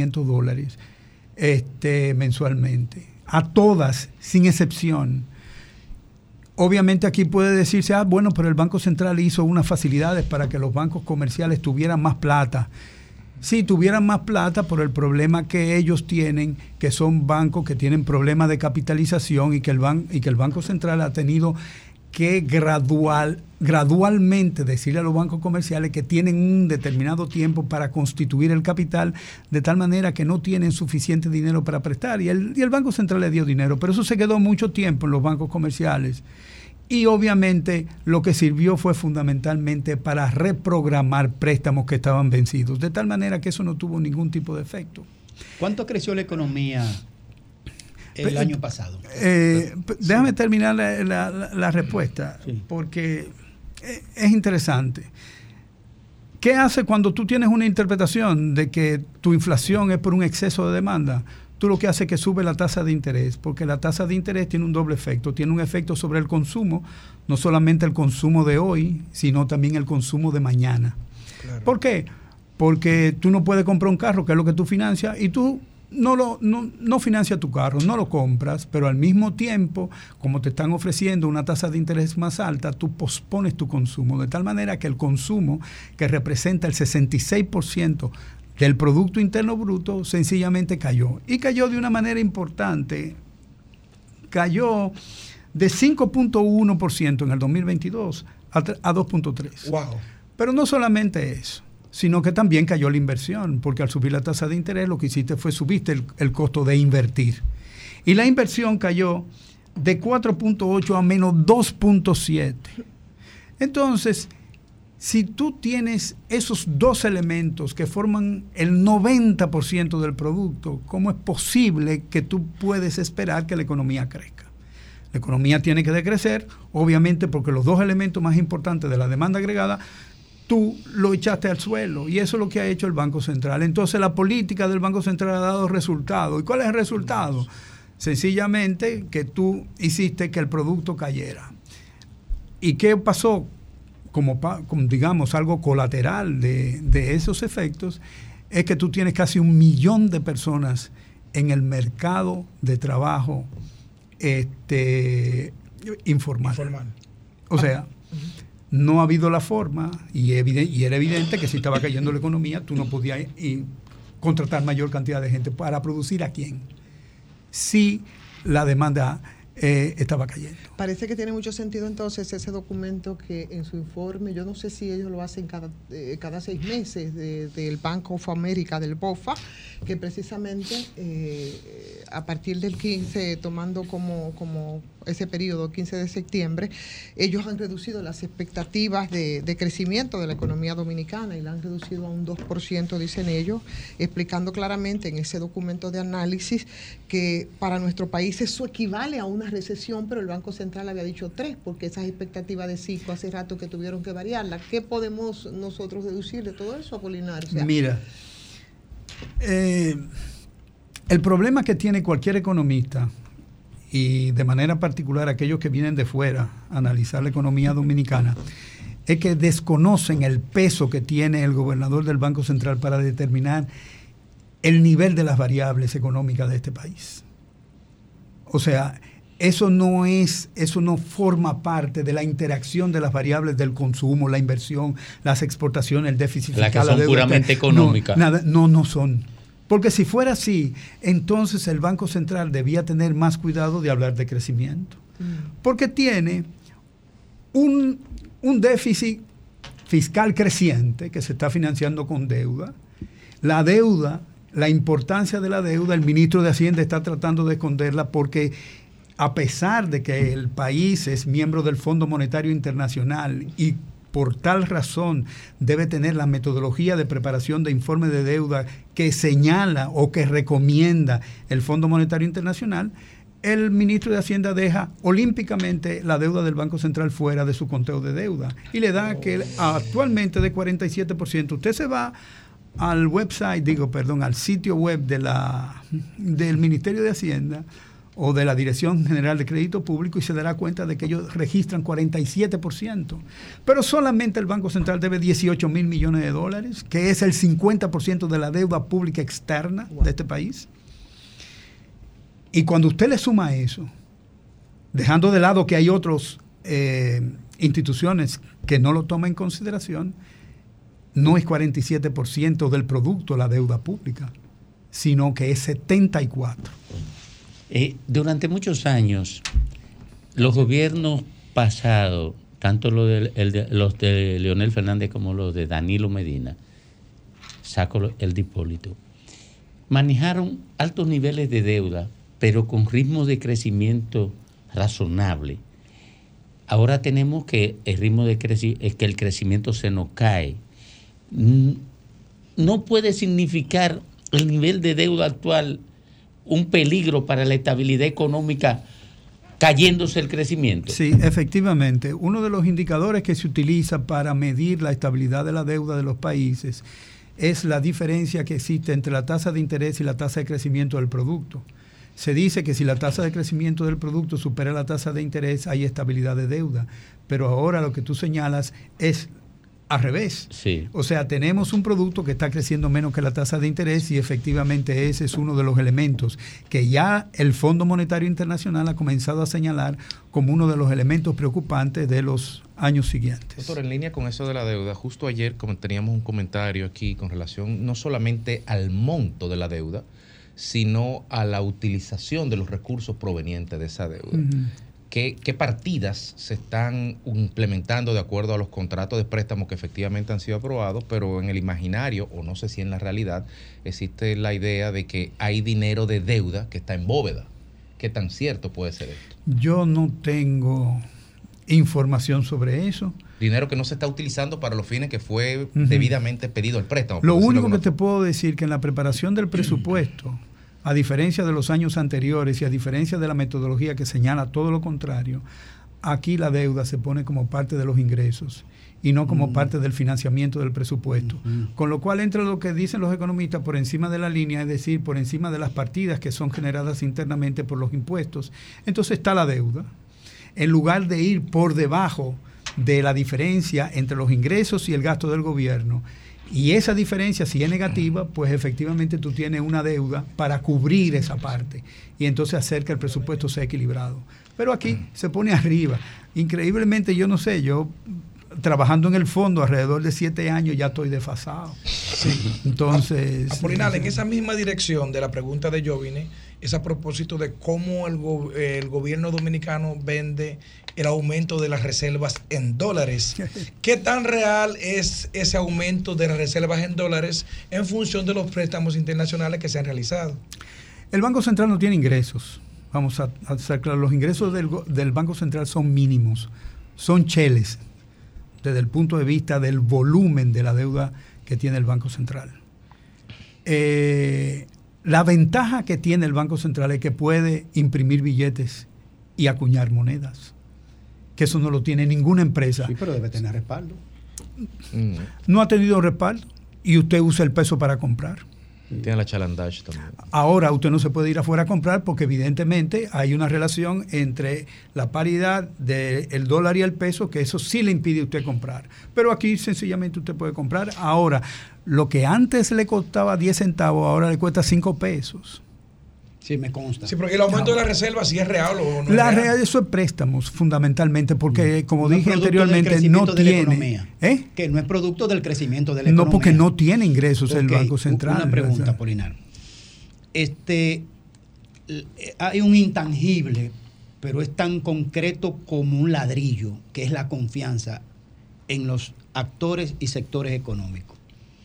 $2.500 mensualmente. A todas, sin excepción. Obviamente aquí puede decirse, bueno, pero el Banco Central hizo unas facilidades para que los bancos comerciales tuvieran más plata. Sí, tuvieran más plata por el problema que ellos tienen, que son bancos que tienen problemas de capitalización y que el Banco Central ha tenido que gradualmente decirle a los bancos comerciales que tienen un determinado tiempo para constituir el capital, de tal manera que no tienen suficiente dinero para prestar. Y el Banco Central le dio dinero, pero eso se quedó mucho tiempo en los bancos comerciales. Y obviamente lo que sirvió fue fundamentalmente para reprogramar préstamos que estaban vencidos, de tal manera que eso no tuvo ningún tipo de efecto. ¿Cuánto creció la economía el año pasado? Déjame terminar la respuesta, porque es interesante. ¿Qué hace cuando tú tienes una interpretación de que tu inflación es por un exceso de demanda? Tú lo que hace es que sube la tasa de interés, porque la tasa de interés tiene un doble efecto. Tiene un efecto sobre el consumo, no solamente el consumo de hoy, sino también el consumo de mañana. Claro. ¿Por qué? Porque tú no puedes comprar un carro, que es lo que tú financias, y tú no financias tu carro, no lo compras, pero al mismo tiempo, como te están ofreciendo una tasa de interés más alta, tú pospones tu consumo, de tal manera que el consumo, que representa el 66% del Producto Interno Bruto, sencillamente cayó. Y cayó de una manera importante. Cayó de 5.1% en el 2022 a 2.3%. Wow. Pero no solamente eso, sino que también cayó la inversión, porque al subir la tasa de interés lo que hiciste fue subiste el costo de invertir. Y la inversión cayó de 4.8 a menos 2.7. Entonces, si tú tienes esos dos elementos que forman el 90% del producto, ¿cómo es posible que tú puedes esperar que la economía crezca? La economía tiene que decrecer, obviamente, porque los dos elementos más importantes de la demanda agregada, tú lo echaste al suelo, y eso es lo que ha hecho el Banco Central. Entonces, la política del Banco Central ha dado resultados. ¿Y cuál es el resultado? Sencillamente que tú hiciste que el producto cayera. ¿Y qué pasó? Como digamos, algo colateral de esos efectos, es que tú tienes casi 1 millón de personas en el mercado de trabajo informal. O sea, no ha habido la forma, y era evidente que si estaba cayendo la economía, tú no podías contratar mayor cantidad de gente para producir ¿a quién? Si la demanda estaba cayendo. Parece que tiene mucho sentido entonces ese documento que en su informe, yo no sé si ellos lo hacen cada 6 meses del Bank of America, del BOFA, que precisamente a partir del 15, tomando como ese periodo, 15 de septiembre, ellos han reducido las expectativas de crecimiento de la economía dominicana y la han reducido a un 2%, dicen ellos, explicando claramente en ese documento de análisis que para nuestro país eso equivale a una recesión, pero el Banco Central había dicho 3, porque esas expectativas de 5 hace rato que tuvieron que variarlas. ¿Qué podemos nosotros deducir de todo eso, Apolinar? O sea, mira, el problema que tiene cualquier economista, y de manera particular aquellos que vienen de fuera a analizar la economía dominicana, es que desconocen el peso que tiene el gobernador del Banco Central para determinar el nivel de las variables económicas de este país. O sea, eso no forma parte de la interacción de las variables del consumo, la inversión, las exportaciones, el déficit fiscal. Las que son puramente económicas. No son. Porque si fuera así, entonces el Banco Central debía tener más cuidado de hablar de crecimiento. Porque tiene un déficit fiscal creciente que se está financiando con deuda. La deuda, la importancia de la deuda, el ministro de Hacienda está tratando de esconderla porque a pesar de que el país es miembro del Fondo Monetario Internacional y por tal razón debe tener la metodología de preparación de informe de deuda que señala o que recomienda el Fondo Monetario Internacional, el ministro de Hacienda deja olímpicamente la deuda del Banco Central fuera de su conteo de deuda y le da que actualmente de 47%. Usted se va al al sitio web del Ministerio de Hacienda o de la Dirección General de Crédito Público y se dará cuenta de que ellos registran 47%. Pero solamente el Banco Central debe 18 mil millones de dólares, que es el 50% de la deuda pública externa de este país. Y cuando usted le suma eso, dejando de lado que hay otras instituciones que no lo toman en consideración, no es 47% del producto la deuda pública, sino que es 74%. Durante muchos años, los gobiernos pasados, tanto los de Leonel Fernández como los de Danilo Medina, saco el de Hipólito, manejaron altos niveles de deuda, pero con ritmos de crecimiento razonable. Ahora tenemos que el ritmo de es que el crecimiento se nos cae. No puede significar el nivel de deuda actual un peligro para la estabilidad económica cayéndose el crecimiento. Sí, efectivamente. Uno de los indicadores que se utiliza para medir la estabilidad de la deuda de los países es la diferencia que existe entre la tasa de interés y la tasa de crecimiento del producto. Se dice que si la tasa de crecimiento del producto supera la tasa de interés, hay estabilidad de deuda. Pero ahora lo que tú señalas es al revés. Sí. O sea, tenemos un producto que está creciendo menos que la tasa de interés y efectivamente ese es uno de los elementos que ya el Fondo Monetario Internacional ha comenzado a señalar como uno de los elementos preocupantes de los años siguientes. Doctor, en línea con eso de la deuda, justo ayer teníamos un comentario aquí con relación no solamente al monto de la deuda, sino a la utilización de los recursos provenientes de esa deuda. ¿Qué partidas se están implementando de acuerdo a los contratos de préstamo que efectivamente han sido aprobados, pero en el imaginario, o no sé si en la realidad, existe la idea de que hay dinero de deuda que está en bóveda? ¿Qué tan cierto puede ser esto? Yo no tengo información sobre eso. Dinero que no se está utilizando para los fines que fue debidamente pedido el préstamo. Lo único que te puedo decir que en la preparación del presupuesto, a diferencia de los años anteriores y a diferencia de la metodología que señala todo lo contrario, aquí la deuda se pone como parte de los ingresos y no como parte del financiamiento del presupuesto. Con lo cual, entre lo que dicen los economistas, por encima de la línea, es decir, por encima de las partidas que son generadas internamente por los impuestos, entonces está la deuda. En lugar de ir por debajo de la diferencia entre los ingresos y el gasto del gobierno, y esa diferencia, si es negativa, pues efectivamente tú tienes una deuda para cubrir esa parte y entonces hacer que el presupuesto sea equilibrado. Pero aquí se pone arriba. Increíblemente, yo no sé, trabajando en el fondo alrededor de 7 años, ya estoy desfasado. Sí. Entonces... Apolinar, en esa misma dirección de la pregunta de Jovine, es a propósito de cómo el gobierno dominicano vende el aumento de las reservas en dólares. ¿Qué tan real es ese aumento de las reservas en dólares en función de los préstamos internacionales que se han realizado? El Banco Central no tiene ingresos. Vamos a ser claros, los ingresos del Banco Central son mínimos, son cheles, desde el punto de vista del volumen de la deuda que tiene el Banco Central. La ventaja que tiene el Banco Central es que puede imprimir billetes y acuñar monedas, que eso no lo tiene ninguna empresa. Sí, pero debe tener respaldo. No ha tenido respaldo y usted usa el peso para comprar. Tiene la chalandash también. Ahora usted no se puede ir afuera a comprar porque evidentemente hay una relación entre la paridad del dólar y el peso, que eso sí le impide a usted comprar. Pero aquí sencillamente usted puede comprar. Ahora, lo que antes le costaba 10 centavos, ahora le cuesta 5 pesos. Sí, me consta. Sí, pero el aumento de la reserva sí es real o no. La real, eso es préstamos, fundamentalmente, porque como dije anteriormente, no tiene. Que no es producto del crecimiento de la economía. No, porque no tiene ingresos el Banco Central. Una pregunta, Polinar. Hay un intangible, pero es tan concreto como un ladrillo, que es la confianza en los actores y sectores económicos.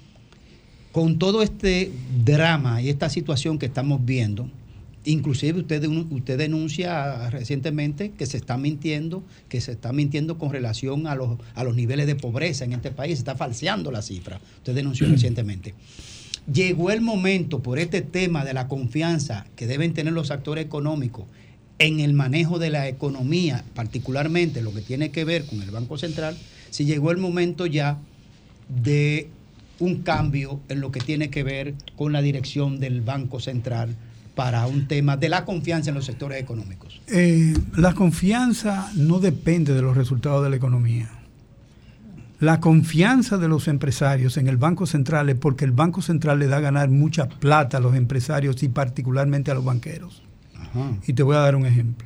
Con todo este drama y esta situación que estamos viendo, inclusive usted denuncia recientemente que se está mintiendo con relación a los niveles de pobreza en este país, se está falseando la cifra. Usted denunció recientemente. Llegó el momento, por este tema de la confianza que deben tener los actores económicos en el manejo de la economía, particularmente lo que tiene que ver con el Banco Central, si llegó el momento ya de un cambio en lo que tiene que ver con la dirección del Banco Central para un tema de la confianza en los sectores económicos. La confianza no depende de los resultados de la economía. La confianza de los empresarios en el Banco Central es porque el Banco Central le da a ganar mucha plata a los empresarios y particularmente a los banqueros. Ajá. Y te voy a dar un ejemplo.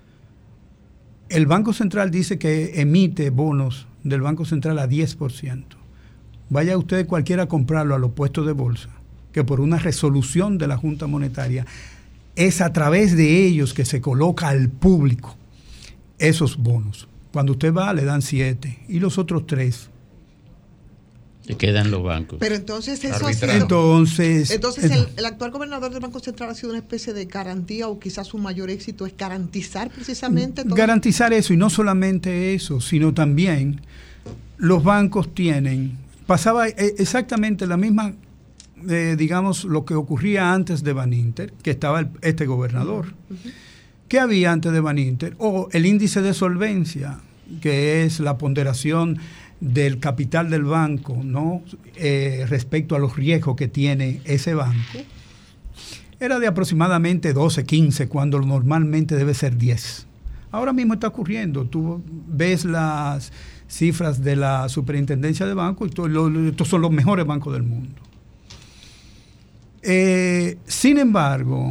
El Banco Central dice que emite bonos del Banco Central a 10%. Vaya usted cualquiera a comprarlo a los puestos de bolsa, que por una resolución de la Junta Monetaria es a través de ellos que se coloca al público esos bonos. Cuando usted va le dan 7 y los otros 3 se quedan los bancos. Pero entonces eso entonces el actual gobernador del Banco Central ha sido una especie de garantía, o quizás su mayor éxito es garantizar precisamente todo. Garantizar eso, y no solamente eso, sino también los bancos pasaba exactamente la misma, digamos, lo que ocurría antes de Baninter, que estaba este gobernador. ¿Qué había antes de Baninter? O el índice de solvencia, que es la ponderación del capital del banco, ¿no? Respecto a los riesgos que tiene ese banco, era de aproximadamente 12, 15, cuando normalmente debe ser 10. Ahora mismo está ocurriendo. Tú ves las cifras de la superintendencia de bancos y estos son los mejores bancos del mundo. Sin embargo,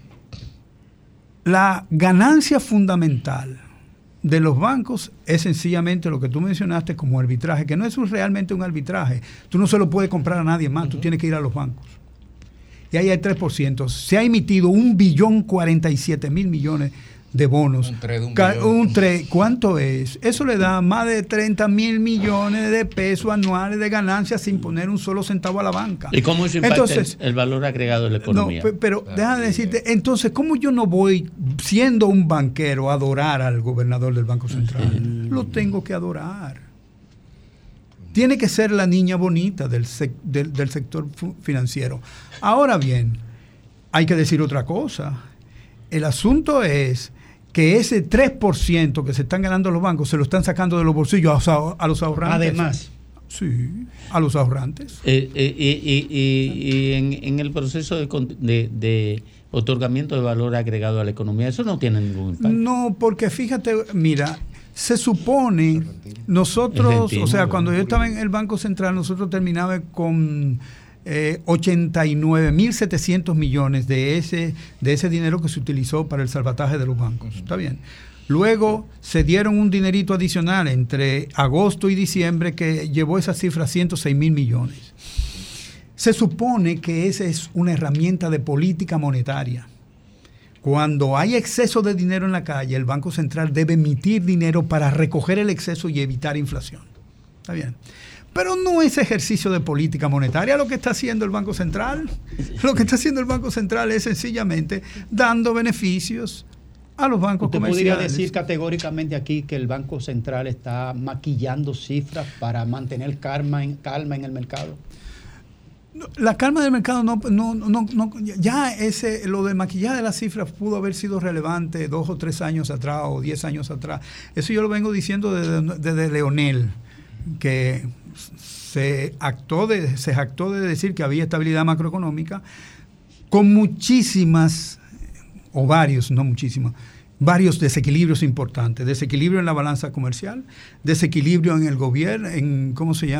la ganancia fundamental de los bancos es sencillamente lo que tú mencionaste como arbitraje, que no es realmente un arbitraje. Tú no se lo puedes comprar a nadie más, tú tienes que ir a los bancos. Y ahí hay 3%. Se ha emitido 1.047.000 millones de bonos. Un 3, ¿cuánto es? Eso le da más de 30.000 millones de pesos anuales de ganancias sin poner un solo centavo a la banca. ¿Y cómo eso impacta el valor agregado de la economía? No, pero déjame decirte, entonces, ¿cómo yo no voy, siendo un banquero, a adorar al gobernador del Banco Central? Lo tengo que adorar. Tiene que ser la niña bonita del sector financiero. Ahora bien, hay que decir otra cosa. El asunto es que ese 3% que se están ganando los bancos se lo están sacando de los bolsillos a los ahorrantes. Además. Sí, a los ahorrantes. Y en el proceso de otorgamiento de valor agregado a la economía, eso no tiene ningún impacto. No, porque fíjate, mira, se supone, nosotros, o sea, cuando yo estaba en el Banco Central, nosotros terminaba con 89.700 millones de ese dinero que se utilizó para el salvataje de los bancos. ¿Está bien? Luego se dieron un dinerito adicional entre agosto y diciembre que llevó esa cifra a 106 mil millones. Se supone que esa es una herramienta de política monetaria. Cuando hay exceso de dinero en la calle, el Banco Central debe emitir dinero para recoger el exceso y evitar inflación. ¿Está bien? Pero no es ejercicio de política monetaria lo que está haciendo el Banco Central. Lo que está haciendo el Banco Central es sencillamente dando beneficios a los bancos comerciales. ¿Usted podría decir categóricamente aquí que el Banco Central está maquillando cifras para mantener calma en el mercado? La calma del mercado ya lo de maquillaje de las cifras pudo haber sido relevante 2 o 3 años atrás o 10 años atrás. Eso yo lo vengo diciendo desde Leonel, que se jactó de decir que había estabilidad macroeconómica con muchísimas, o varios, no muchísimas, varios desequilibrios importantes. Desequilibrio en la balanza comercial, desequilibrio en el gobierno, en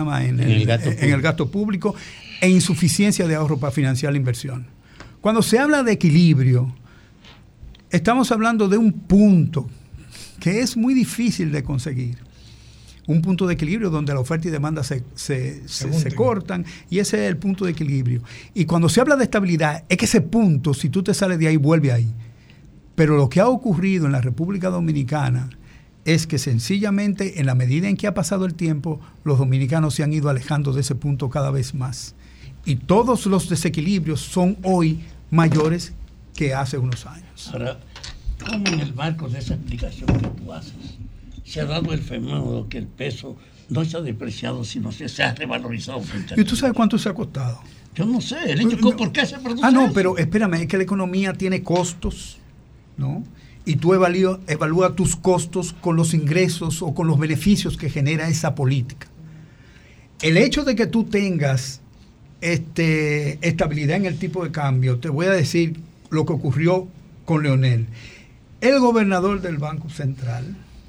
el gasto público e insuficiencia de ahorro para financiar la inversión. Cuando se habla de equilibrio, estamos hablando de un punto que es muy difícil de conseguir. Un punto de equilibrio donde la oferta y demanda se cortan, y ese es el punto de equilibrio. Y cuando se habla de estabilidad, es que ese punto, si tú te sales de ahí, vuelve ahí. Pero lo que ha ocurrido en la República Dominicana es que sencillamente, en la medida en que ha pasado el tiempo, los dominicanos se han ido alejando de ese punto cada vez más. Y todos los desequilibrios son hoy mayores que hace unos años. Ahora, ¿cómo en el marco de esa explicación que tú haces se ha dado el fenómeno que el peso no se ha depreciado, sino que se ha revalorizado? ¿Y tú sabes cuánto se ha costado? Yo no sé. ¿Por qué se produce no, eso? pero espérame, es que la economía tiene costos, ¿no? Y tú evalúa tus costos con los ingresos o con los beneficios que genera esa política. El hecho de que tú tengas estabilidad en el tipo de cambio, te voy a decir lo que ocurrió con Leonel. El gobernador del Banco Central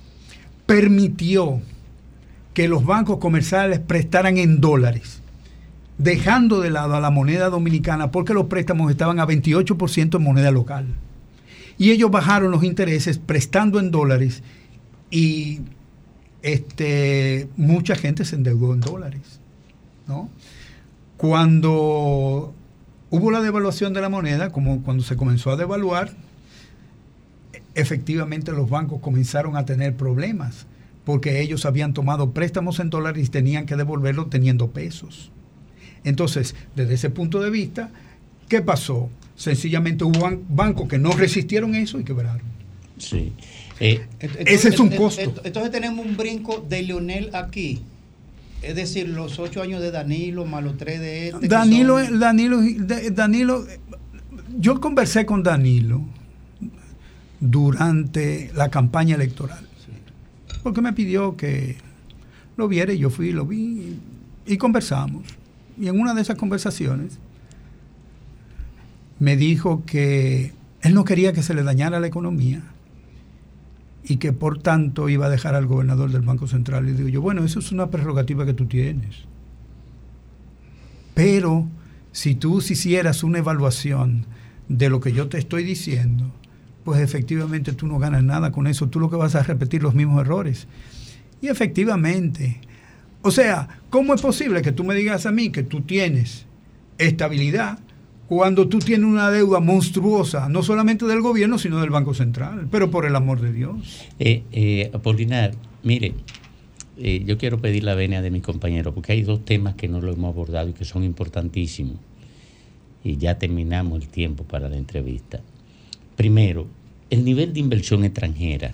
permitió que los bancos comerciales prestaran en dólares, dejando de lado a la moneda dominicana porque los préstamos estaban a 28% en moneda local. Y ellos bajaron los intereses prestando en dólares y mucha gente se endeudó en dólares, ¿no? Cuando hubo la devaluación de la moneda, como cuando se comenzó a devaluar, efectivamente los bancos comenzaron a tener problemas porque ellos habían tomado préstamos en dólares y tenían que devolverlo teniendo pesos. Entonces, desde ese punto de vista, ¿qué pasó? Sencillamente hubo bancos que no resistieron eso y quebraron. Sí. Ese es un costo. Entonces tenemos un brinco de Leonel aquí. Es decir, los 8 años de Danilo más los 3 de este. Danilo, yo conversé con Danilo durante la campaña electoral. Porque me pidió que lo viera y yo fui, lo vi y conversamos. Y en una de esas conversaciones me dijo que él no quería que se le dañara la economía y que por tanto iba a dejar al gobernador del Banco Central. Y digo yo, bueno, eso es una prerrogativa que tú tienes. Pero si tú hicieras una evaluación de lo que yo te estoy diciendo, pues efectivamente tú no ganas nada con eso. Tú lo que vas a repetir los mismos errores. Y efectivamente, o sea, ¿cómo es posible que tú me digas a mí que tú tienes estabilidad cuando tú tienes una deuda monstruosa, no solamente del gobierno, sino del Banco Central? Pero por el amor de Dios. Apolinar, mire, yo quiero pedir la venia de mi compañero, porque hay 2 temas que no lo hemos abordado y que son importantísimos. Y ya terminamos el tiempo para la entrevista. Primero, el nivel de inversión extranjera.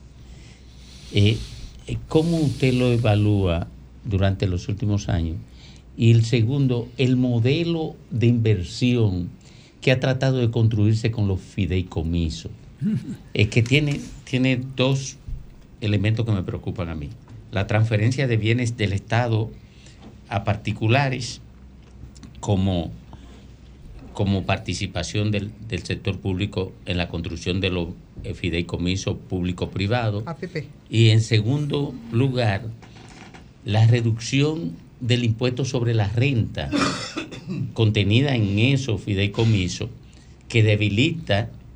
¿Cómo usted lo evalúa durante los últimos años? Y el segundo, el modelo de inversión que ha tratado de construirse con los fideicomisos. Es que tiene 2 elementos que me preocupan a mí. La transferencia de bienes del Estado a particulares como participación del sector público en la construcción de los fideicomisos público-privados. Y en segundo lugar, la reducción del impuesto sobre la renta contenida en esos fideicomisos que debilita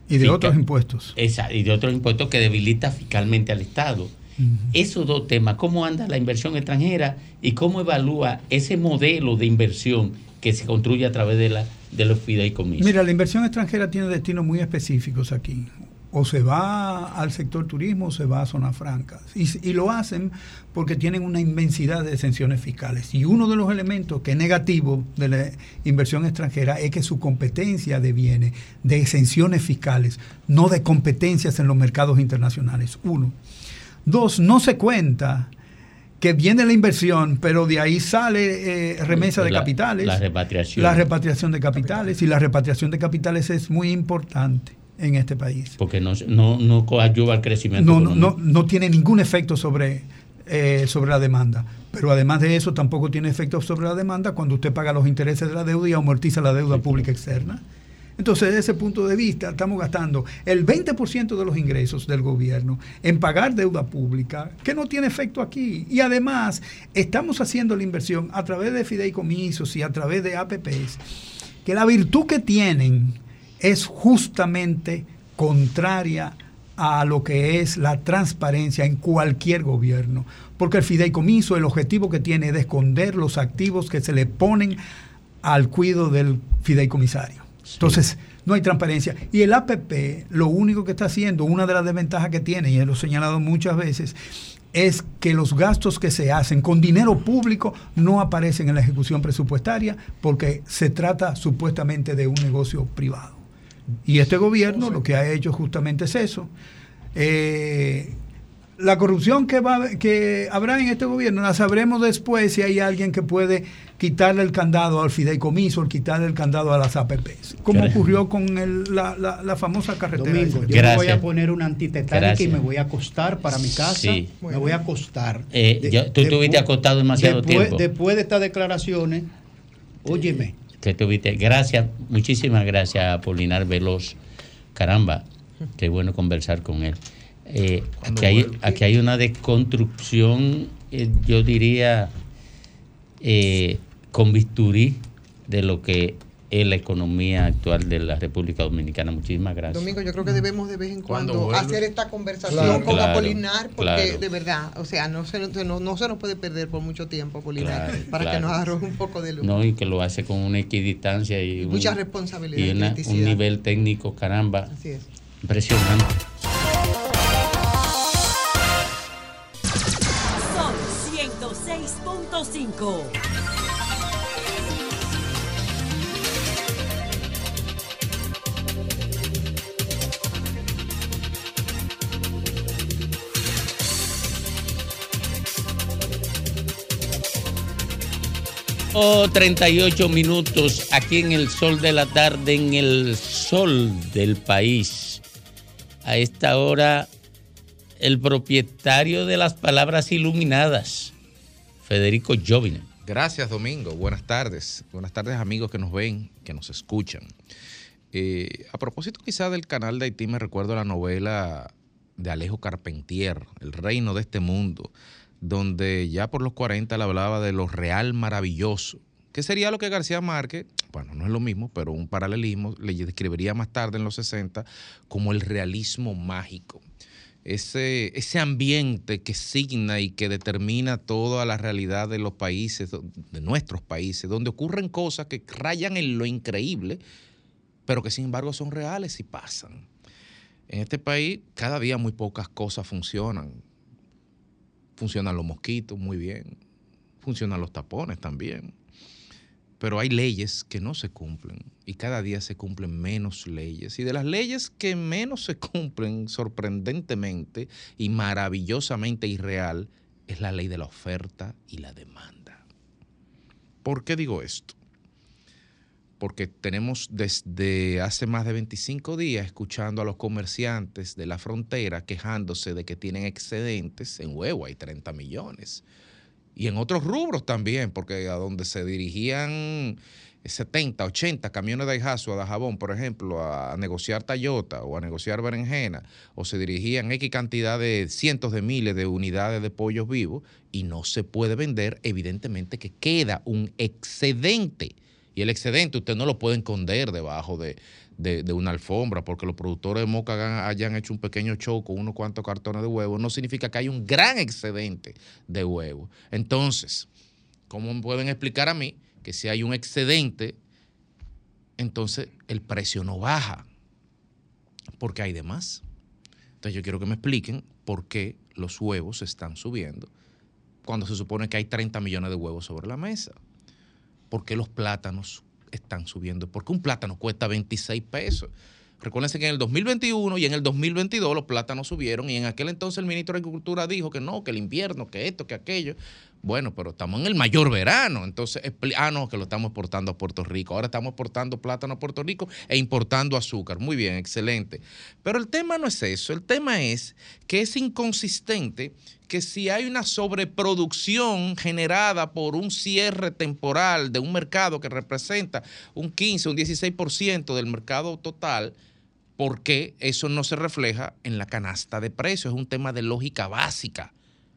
Y de otros impuestos. Exacto, y de otros impuestos que debilita fiscalmente al Estado. Esos dos temas, ¿cómo anda la inversión extranjera y cómo evalúa ese modelo de inversión que se construye a través de los fideicomisos? Mira, la inversión extranjera tiene destinos muy específicos aquí. O se va al sector turismo o se va a zonas francas. Y lo hacen porque tienen una inmensidad de exenciones fiscales. Y uno de los elementos que es negativo de la inversión extranjera es que su competencia deviene de exenciones fiscales, no de competencias en los mercados internacionales. 1. 2, no se cuenta que viene la inversión, pero de ahí sale remesa de capitales. La repatriación. La repatriación de capitales. Y la repatriación de capitales es muy importante en este país. Porque no coadyuva al crecimiento. No tiene ningún efecto sobre la demanda. Pero además de eso, tampoco tiene efecto sobre la demanda cuando usted paga los intereses de la deuda y amortiza la deuda pública externa. Entonces, desde ese punto de vista, estamos gastando el 20% de los ingresos del gobierno en pagar deuda pública, que no tiene efecto aquí. Y además, estamos haciendo la inversión a través de fideicomisos y a través de APPs, que la virtud que tienen es justamente contraria a lo que es la transparencia en cualquier gobierno. Porque el fideicomiso, el objetivo que tiene es de esconder los activos que se le ponen al cuidado del fideicomisario. Entonces, no hay transparencia. Y el APP, lo único que está haciendo, una de las desventajas que tiene, y lo he señalado muchas veces, es que los gastos que se hacen con dinero público no aparecen en la ejecución presupuestaria porque se trata supuestamente de un negocio privado. Y este gobierno lo que ha hecho justamente es eso. La corrupción que habrá en este gobierno la sabremos después si hay alguien que puede quitarle el candado al fideicomiso o quitarle el candado a las APPs, como ocurrió con la famosa carretera. Domingo, yo me voy a poner una antitetánica y me voy a acostar para mi casa. Sí. Me voy a acostar. Tú estuviste acostado demasiado tiempo. Después de estas declaraciones, óyeme. Gracias, muchísimas gracias a Apolinar Veloz. Caramba, qué bueno conversar con él. Aquí hay una desconstrucción, yo diría, con bisturí de lo que es la economía actual de la República Dominicana. Muchísimas gracias. Domingo, yo creo que debemos de vez en cuando hacer esta conversación con Apolinar, porque de verdad, o sea, no se nos puede perder por mucho tiempo, Apolinar, para que nos arroje un poco de luz. No, y que lo hace con una equidistancia y mucha responsabilidad y un nivel técnico, caramba, así es. Impresionante. Son 106.5. Oh, 38 minutos aquí en el sol de la tarde, en el sol del país. A esta hora, el propietario de las palabras iluminadas, Federico Jovine. Gracias, Domingo. Buenas tardes. Buenas tardes, amigos que nos ven, que nos escuchan. A propósito quizá del canal de Haití, me recuerdo la novela de Alejo Carpentier, El reino de este mundo, donde ya por los 40 le hablaba de lo real maravilloso, que sería lo que García Márquez, bueno, no es lo mismo, pero un paralelismo, le describiría más tarde en los 60 como el realismo mágico. Ese ambiente que signa y que determina toda la realidad de los países, de nuestros países, donde ocurren cosas que rayan en lo increíble, pero que sin embargo son reales y pasan. En este país cada día muy pocas cosas funcionan. Funcionan los mosquitos muy bien, funcionan los tapones también, pero hay leyes que no se cumplen y cada día se cumplen menos leyes. Y de las leyes que menos se cumplen, sorprendentemente y maravillosamente irreal, es la ley de la oferta y la demanda. ¿Por qué digo esto? Porque tenemos desde hace más de 25 días escuchando a los comerciantes de la frontera quejándose de que tienen excedentes. En huevo hay 30 millones. Y en otros rubros también, porque a donde se dirigían 70, 80 camiones de Daihatsu a Dajabón, por ejemplo, a negociar Toyota o a negociar berenjena, o se dirigían X cantidad de cientos de miles de unidades de pollos vivos y no se puede vender, evidentemente que queda un excedente. Y el excedente usted no lo puede esconder debajo de una alfombra, porque los productores de Moca hayan hecho un pequeño show con unos cuantos cartones de huevos, no significa que hay un gran excedente de huevos. Entonces, ¿cómo me pueden explicar a mí que si hay un excedente, entonces el precio no baja? Porque hay de más. Entonces yo quiero que me expliquen por qué los huevos están subiendo cuando se supone que hay 30 millones de huevos sobre la mesa. ¿Por qué los plátanos están subiendo? Porque un plátano cuesta 26 pesos. Recuérdense que en el 2021 y en el 2022 los plátanos subieron, y en aquel entonces el ministro de Agricultura dijo que no, que el invierno, que esto, que aquello. Bueno, pero estamos en el mayor verano, entonces, no, que lo estamos exportando a Puerto Rico. Ahora estamos exportando plátano a Puerto Rico e importando azúcar. Muy bien, excelente. Pero el tema no es eso, el tema es que es inconsistente que si hay una sobreproducción generada por un cierre temporal de un mercado que representa un 15, un 16% del mercado total, ¿por qué eso no se refleja en la canasta de precios? Es un tema de lógica básica.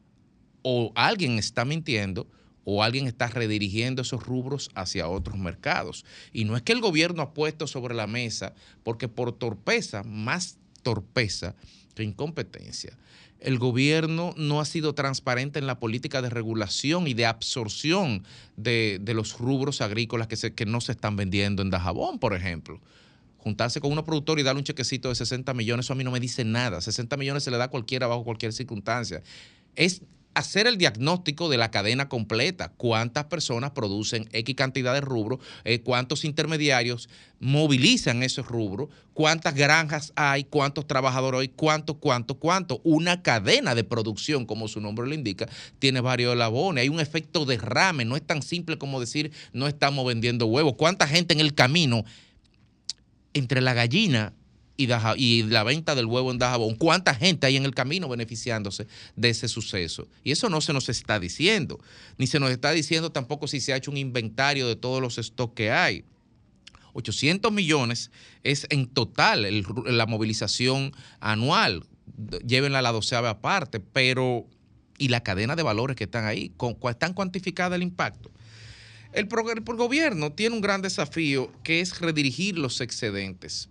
O alguien está mintiendo o alguien está redirigiendo esos rubros hacia otros mercados. Y no es que el gobierno ha puesto sobre la mesa, porque por torpeza, más torpeza que incompetencia, el gobierno no ha sido transparente en la política de regulación y de absorción de los rubros agrícolas que no se están vendiendo en Dajabón, por ejemplo. Juntarse con unos productores y darle un chequecito de 60 millones, eso a mí no me dice nada. 60 millones se le da a cualquiera bajo cualquier circunstancia. Es hacer el diagnóstico de la cadena completa. ¿Cuántas personas producen X cantidad de rubros? ¿Cuántos intermediarios movilizan esos rubros? ¿Cuántas granjas hay? ¿Cuántos trabajadores hay? ¿Cuánto? Una cadena de producción, como su nombre lo indica, tiene varios eslabones. Hay un efecto derrame. No es tan simple como decir no estamos vendiendo huevos. ¿Cuánta gente en el camino entre la gallina y la venta del huevo en Dajabón? ¿Cuánta gente hay en el camino beneficiándose de ese suceso? Y eso no se nos está diciendo, ni se nos está diciendo tampoco si se ha hecho un inventario de todos los stocks que hay. 800 millones es en total la movilización anual, llévenla a la 12ª parte, pero ¿y la cadena de valores que están ahí? ¿Están cuantificada el impacto? El gobierno tiene un gran desafío, que es redirigir los excedentes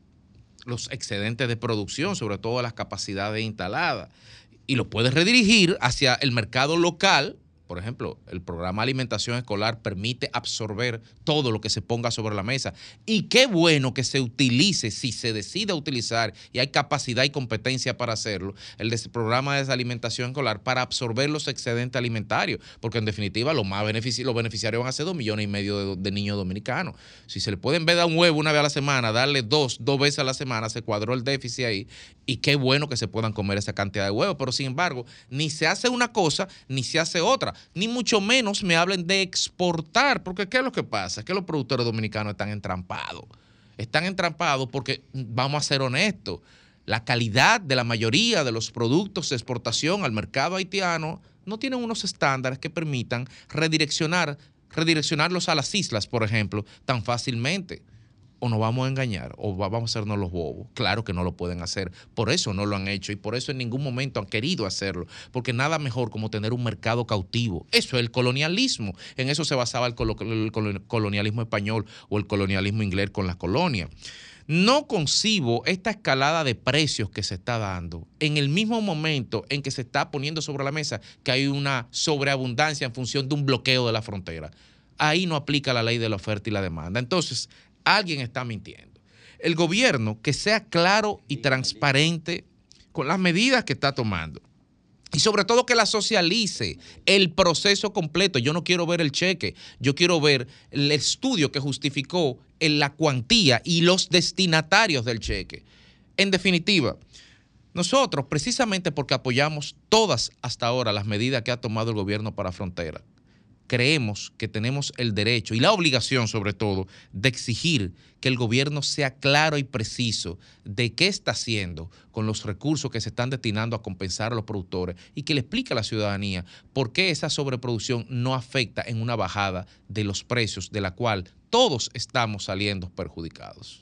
de producción, sobre todo las capacidades instaladas, y lo puede redirigir hacia el mercado local. Por ejemplo, el programa de alimentación escolar permite absorber todo lo que se ponga sobre la mesa. Y qué bueno que se utilice, si se decide utilizar y hay capacidad y competencia para hacerlo, el programa de alimentación escolar para absorber los excedentes alimentarios. Porque en definitiva los beneficiarios van a ser 2,5 millones de niños dominicanos. Si se le pueden dar un huevo una vez a la semana, darle dos veces a la semana, se cuadró el déficit ahí. Y qué bueno que se puedan comer esa cantidad de huevos. Pero sin embargo, ni se hace una cosa ni se hace otra. Ni mucho menos me hablen de exportar, porque ¿qué es lo que pasa? Es que los productores dominicanos están entrampados. Están entrampados porque, vamos a ser honestos, la calidad de la mayoría de los productos de exportación al mercado haitiano no tienen unos estándares que permitan redireccionarlos a las islas, por ejemplo, tan fácilmente. O nos vamos a engañar, o vamos a hacernos los bobos. Claro que no lo pueden hacer, por eso no lo han hecho y por eso en ningún momento han querido hacerlo, porque nada mejor como tener un mercado cautivo. Eso es el colonialismo, en eso se basaba el colonialismo español o el colonialismo inglés con las colonias. No concibo esta escalada de precios que se está dando en el mismo momento en que se está poniendo sobre la mesa que hay una sobreabundancia en función de un bloqueo de la frontera. Ahí no aplica la ley de la oferta y la demanda. Entonces, alguien está mintiendo. El gobierno, que sea claro y transparente con las medidas que está tomando. Y sobre todo que la socialice, el proceso completo. Yo no quiero ver el cheque, yo quiero ver el estudio que justificó la cuantía y los destinatarios del cheque. En definitiva, nosotros, precisamente porque apoyamos todas hasta ahora las medidas que ha tomado el gobierno para frontera, creemos que tenemos el derecho y la obligación, sobre todo, de exigir que el gobierno sea claro y preciso de qué está haciendo con los recursos que se están destinando a compensar a los productores y que le explique a la ciudadanía por qué esa sobreproducción no afecta en una bajada de los precios, de la cual todos estamos saliendo perjudicados.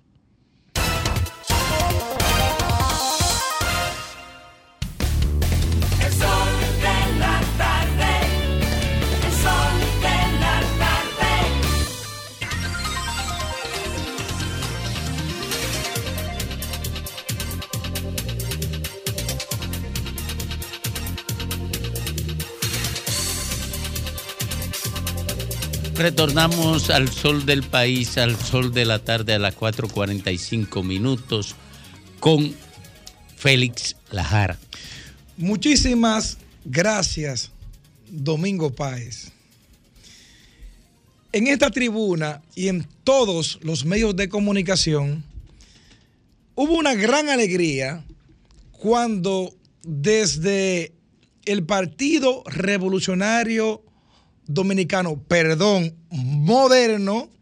Retornamos al sol del país, al sol de la tarde a las 4:45 minutos con Félix Lajara. Muchísimas gracias, Domingo Páez. En esta tribuna y en todos los medios de comunicación hubo una gran alegría cuando desde el Partido Revolucionario Dominicano, moderno,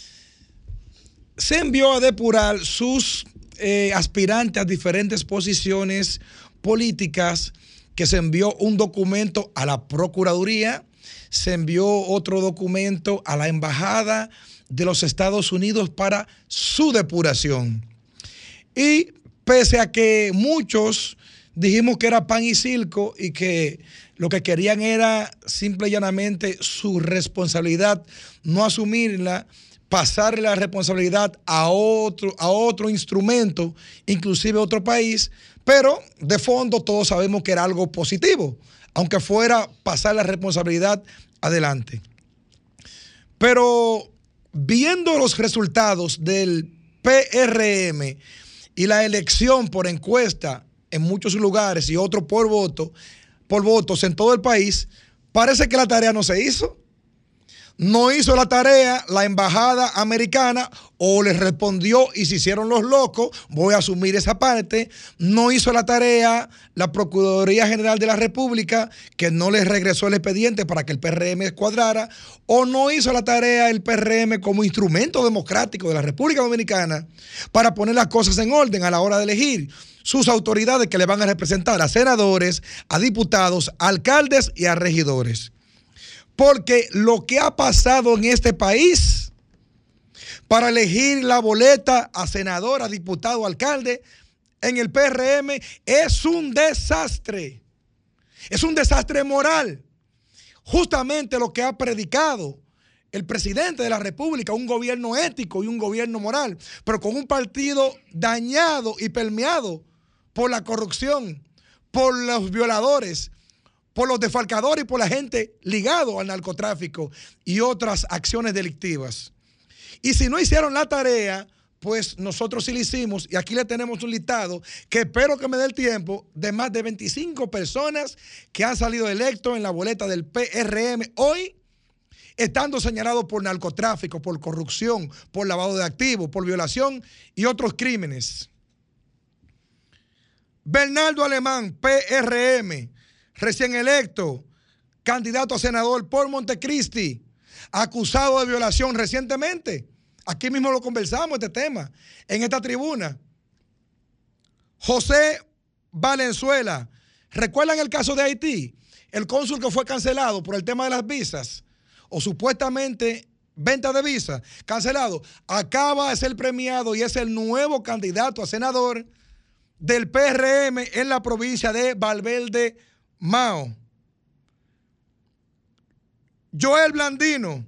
se envió a depurar sus aspirantes a diferentes posiciones políticas, que se envió un documento a la Procuraduría, se envió otro documento a la Embajada de los Estados Unidos para su depuración. Y pese a que muchos dijimos que era pan y circo y que lo que querían era simple y llanamente su responsabilidad, no asumirla, pasarle la responsabilidad a otro instrumento, inclusive a otro país, pero de fondo todos sabemos que era algo positivo, aunque fuera pasar la responsabilidad adelante. Pero viendo los resultados del PRM y la elección por encuesta en muchos lugares y otro por votos en todo el país, parece que la tarea no se hizo. No hizo la tarea la embajada americana, o les respondió y se hicieron los locos, voy a asumir esa parte. No hizo la tarea la Procuraduría General de la República, que no les regresó el expediente para que el PRM cuadrara, o no hizo la tarea el PRM como instrumento democrático de la República Dominicana para poner las cosas en orden a la hora de elegir sus autoridades que le van a representar a senadores, a diputados, a alcaldes y a regidores. Porque lo que ha pasado en este país para elegir la boleta a senador, a diputado, a alcalde en el PRM es un desastre. Es un desastre moral. Justamente lo que ha predicado el presidente de la República, un gobierno ético y un gobierno moral, pero con un partido dañado y permeado por la corrupción, por los violadores, por los defalcadores y por la gente ligado al narcotráfico y otras acciones delictivas. Y si no hicieron la tarea, pues nosotros sí lo hicimos, y aquí le tenemos un listado que espero que me dé el tiempo, de más de 25 personas que han salido electos en la boleta del PRM hoy, estando señalados por narcotráfico, por corrupción, por lavado de activos, por violación y otros crímenes. Bernardo Alemán, PRM, recién electo, candidato a senador por Montecristi, acusado de violación recientemente. Aquí mismo lo conversamos, este tema, en esta tribuna. José Valenzuela, ¿recuerdan el caso de Haití? El cónsul que fue cancelado por el tema de las visas, o supuestamente venta de visas, cancelado, acaba de ser premiado y es el nuevo candidato a senador del PRM en la provincia de Valverde Mao. Joel Blandino,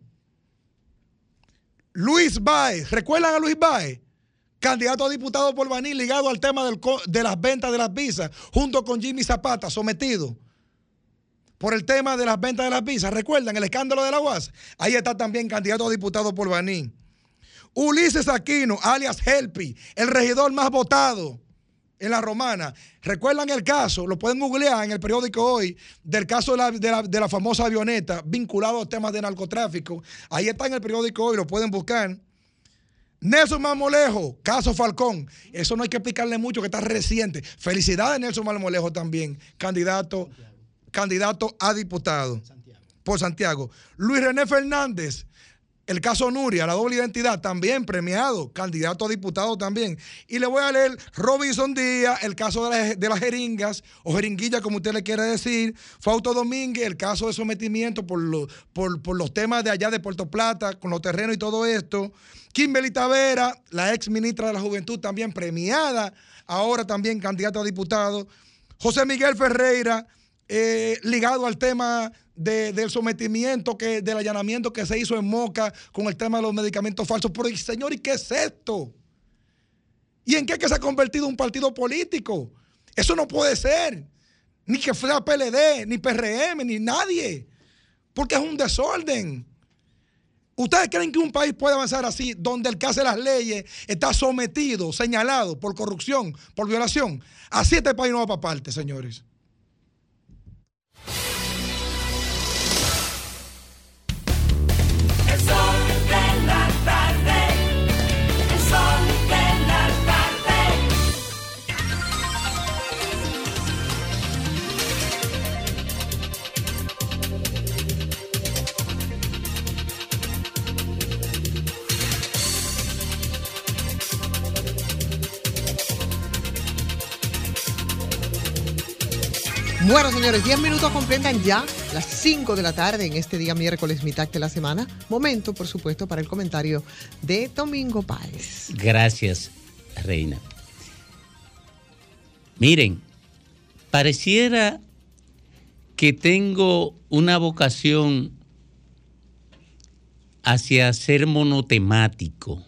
Luis Báez, ¿recuerdan a Luis Báez? Candidato a diputado por Baní, ligado al tema de las ventas de las visas, junto con Jimmy Zapata, sometido por el tema de las ventas de las visas. ¿Recuerdan el escándalo de la UAS? Ahí está también candidato a diputado por Baní. Ulises Aquino, alias Helpi, el regidor más votado en la Romana. ¿Recuerdan el caso? Lo pueden googlear en el periódico Hoy, del caso de la famosa avioneta vinculado a temas de narcotráfico. Ahí está en el periódico Hoy, lo pueden buscar. Nelson Marmolejo, caso Falcón. Eso no hay que explicarle mucho, que está reciente. Felicidades, Nelson Marmolejo también, candidato a diputado por Santiago. Luis René Fernández, el caso Nuria, la doble identidad, también premiado, candidato a diputado también. Y le voy a leer Robinson Díaz, el caso de las jeringas, o jeringuilla, como usted le quiere decir. Fausto Domínguez, el caso de sometimiento por los temas de allá de Puerto Plata, con los terrenos y todo esto. Kimberly Tavera, la ex ministra de la Juventud, también premiada, ahora también candidata a diputado. José Miguel Ferreira, ligado al tema del sometimiento, del allanamiento que se hizo en Moca con el tema de los medicamentos falsos. Pero, señor, ¿y qué es esto? ¿Y en qué que se ha convertido un partido político? Eso no puede ser. Ni que fuera PLD, ni PRM, ni nadie. Porque es un desorden. ¿Ustedes creen que un país puede avanzar así, donde el que hace las leyes está sometido, señalado por corrupción, por violación? Así este país no va para parte, señores. El sol de la tarde, el sol de la tarde. Bueno, señores, 10 minutos completan ya las 5 de la tarde en este día miércoles, mitad de la semana. Momento, por supuesto, para el comentario de Domingo Páez. Gracias, Reina. Miren, pareciera que tengo una vocación hacia ser monotemático,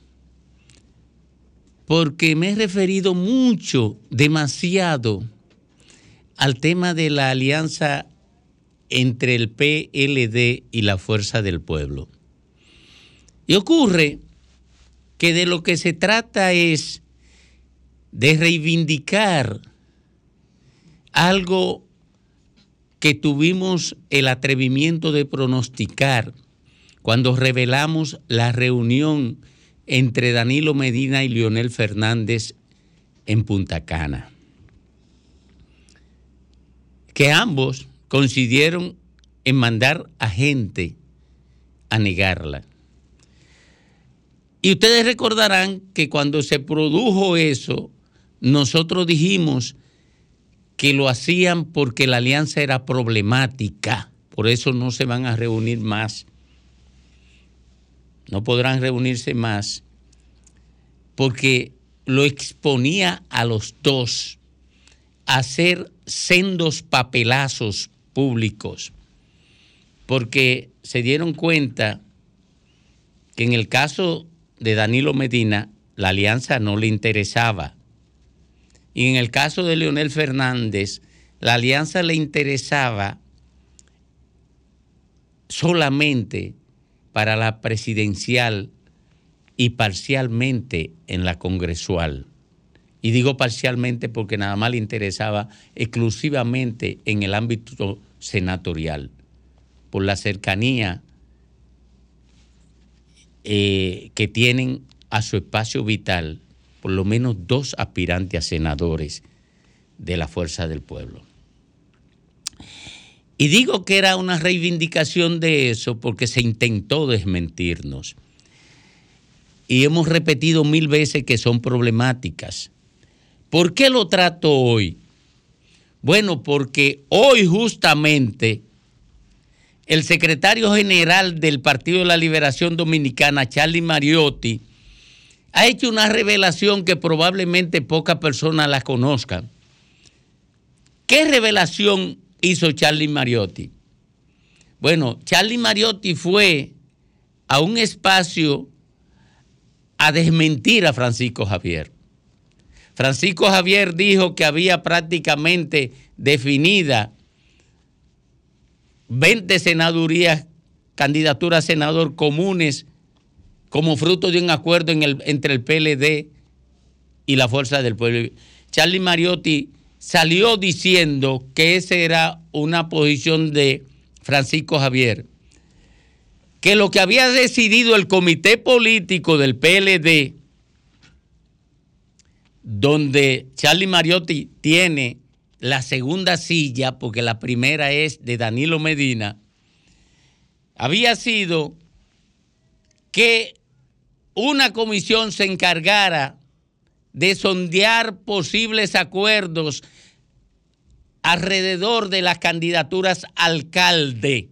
porque me he referido mucho, demasiado, al tema de la alianza entre el PLD y la Fuerza del Pueblo. Y ocurre que de lo que se trata es de reivindicar algo que tuvimos el atrevimiento de pronosticar cuando revelamos la reunión entre Danilo Medina y Leonel Fernández en Punta Cana, que ambos coincidieron en mandar a gente a negarla. Y ustedes recordarán que cuando se produjo eso, nosotros dijimos que lo hacían porque la alianza era problemática, por eso no se van a reunir más. No podrán reunirse más, porque lo exponía a los dos a hacer sendos papelazos públicos, porque se dieron cuenta que en el caso de Danilo Medina la alianza no le interesaba, y en el caso de Leonel Fernández la alianza le interesaba solamente para la presidencial y parcialmente en la congresual. Y digo parcialmente porque nada más le interesaba exclusivamente en el ámbito senatorial, por la cercanía que tienen a su espacio vital por lo menos 2 aspirantes a senadores de la Fuerza del Pueblo. Y digo que era una reivindicación de eso porque se intentó desmentirnos. Y hemos repetido 1000 veces que son problemáticas. ¿Por qué lo trato hoy? Bueno, porque hoy justamente el secretario general del Partido de la Liberación Dominicana, Charlie Mariotti, ha hecho una revelación que probablemente pocas personas la conozcan. ¿Qué revelación hizo Charlie Mariotti? Bueno, Charlie Mariotti fue a un espacio a desmentir a Francisco Javier. Francisco Javier dijo que había prácticamente definida 20 senadurías, candidaturas a senador comunes como fruto de un acuerdo entre el PLD y la Fuerza del Pueblo. Charlie Mariotti salió diciendo que esa era una posición de Francisco Javier, que lo que había decidido el comité político del PLD, donde Charlie Mariotti tiene la segunda silla, porque la primera es de Danilo Medina, había sido que una comisión se encargara de sondear posibles acuerdos alrededor de las candidaturas alcalde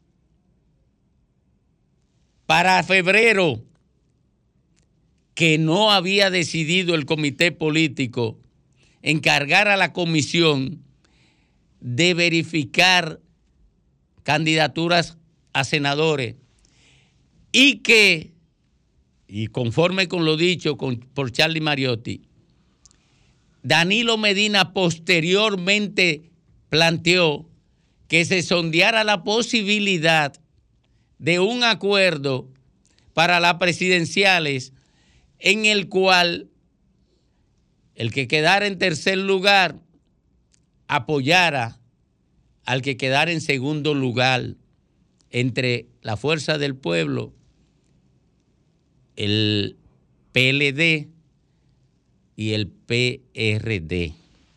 para febrero, que no había decidido el comité político, encargar a la comisión de verificar candidaturas a senadores y que, y conforme con lo dicho por Charlie Mariotti, Danilo Medina posteriormente planteó que se sondeara la posibilidad de un acuerdo para las presidenciales, en el cual el que quedara en tercer lugar apoyara al que quedara en segundo lugar entre la Fuerza del Pueblo, el PLD y el PRD.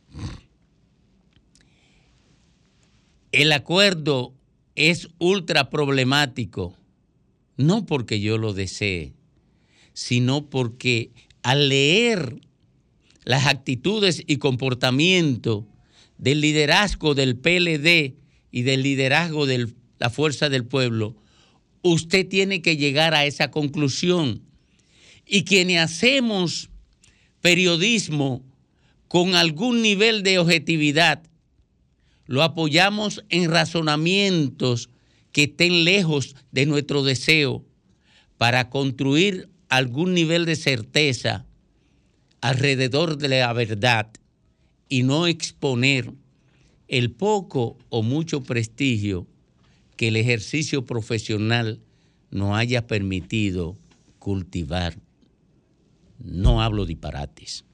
El acuerdo es ultra problemático, no porque yo lo desee, sino porque al leer las actitudes y comportamientos del liderazgo del PLD y del liderazgo de la Fuerza del Pueblo, usted tiene que llegar a esa conclusión. Y quienes hacemos periodismo con algún nivel de objetividad, lo apoyamos en razonamientos que estén lejos de nuestro deseo para construir algún nivel de certeza alrededor de la verdad y no exponer el poco o mucho prestigio que el ejercicio profesional nos haya permitido cultivar. No hablo disparates.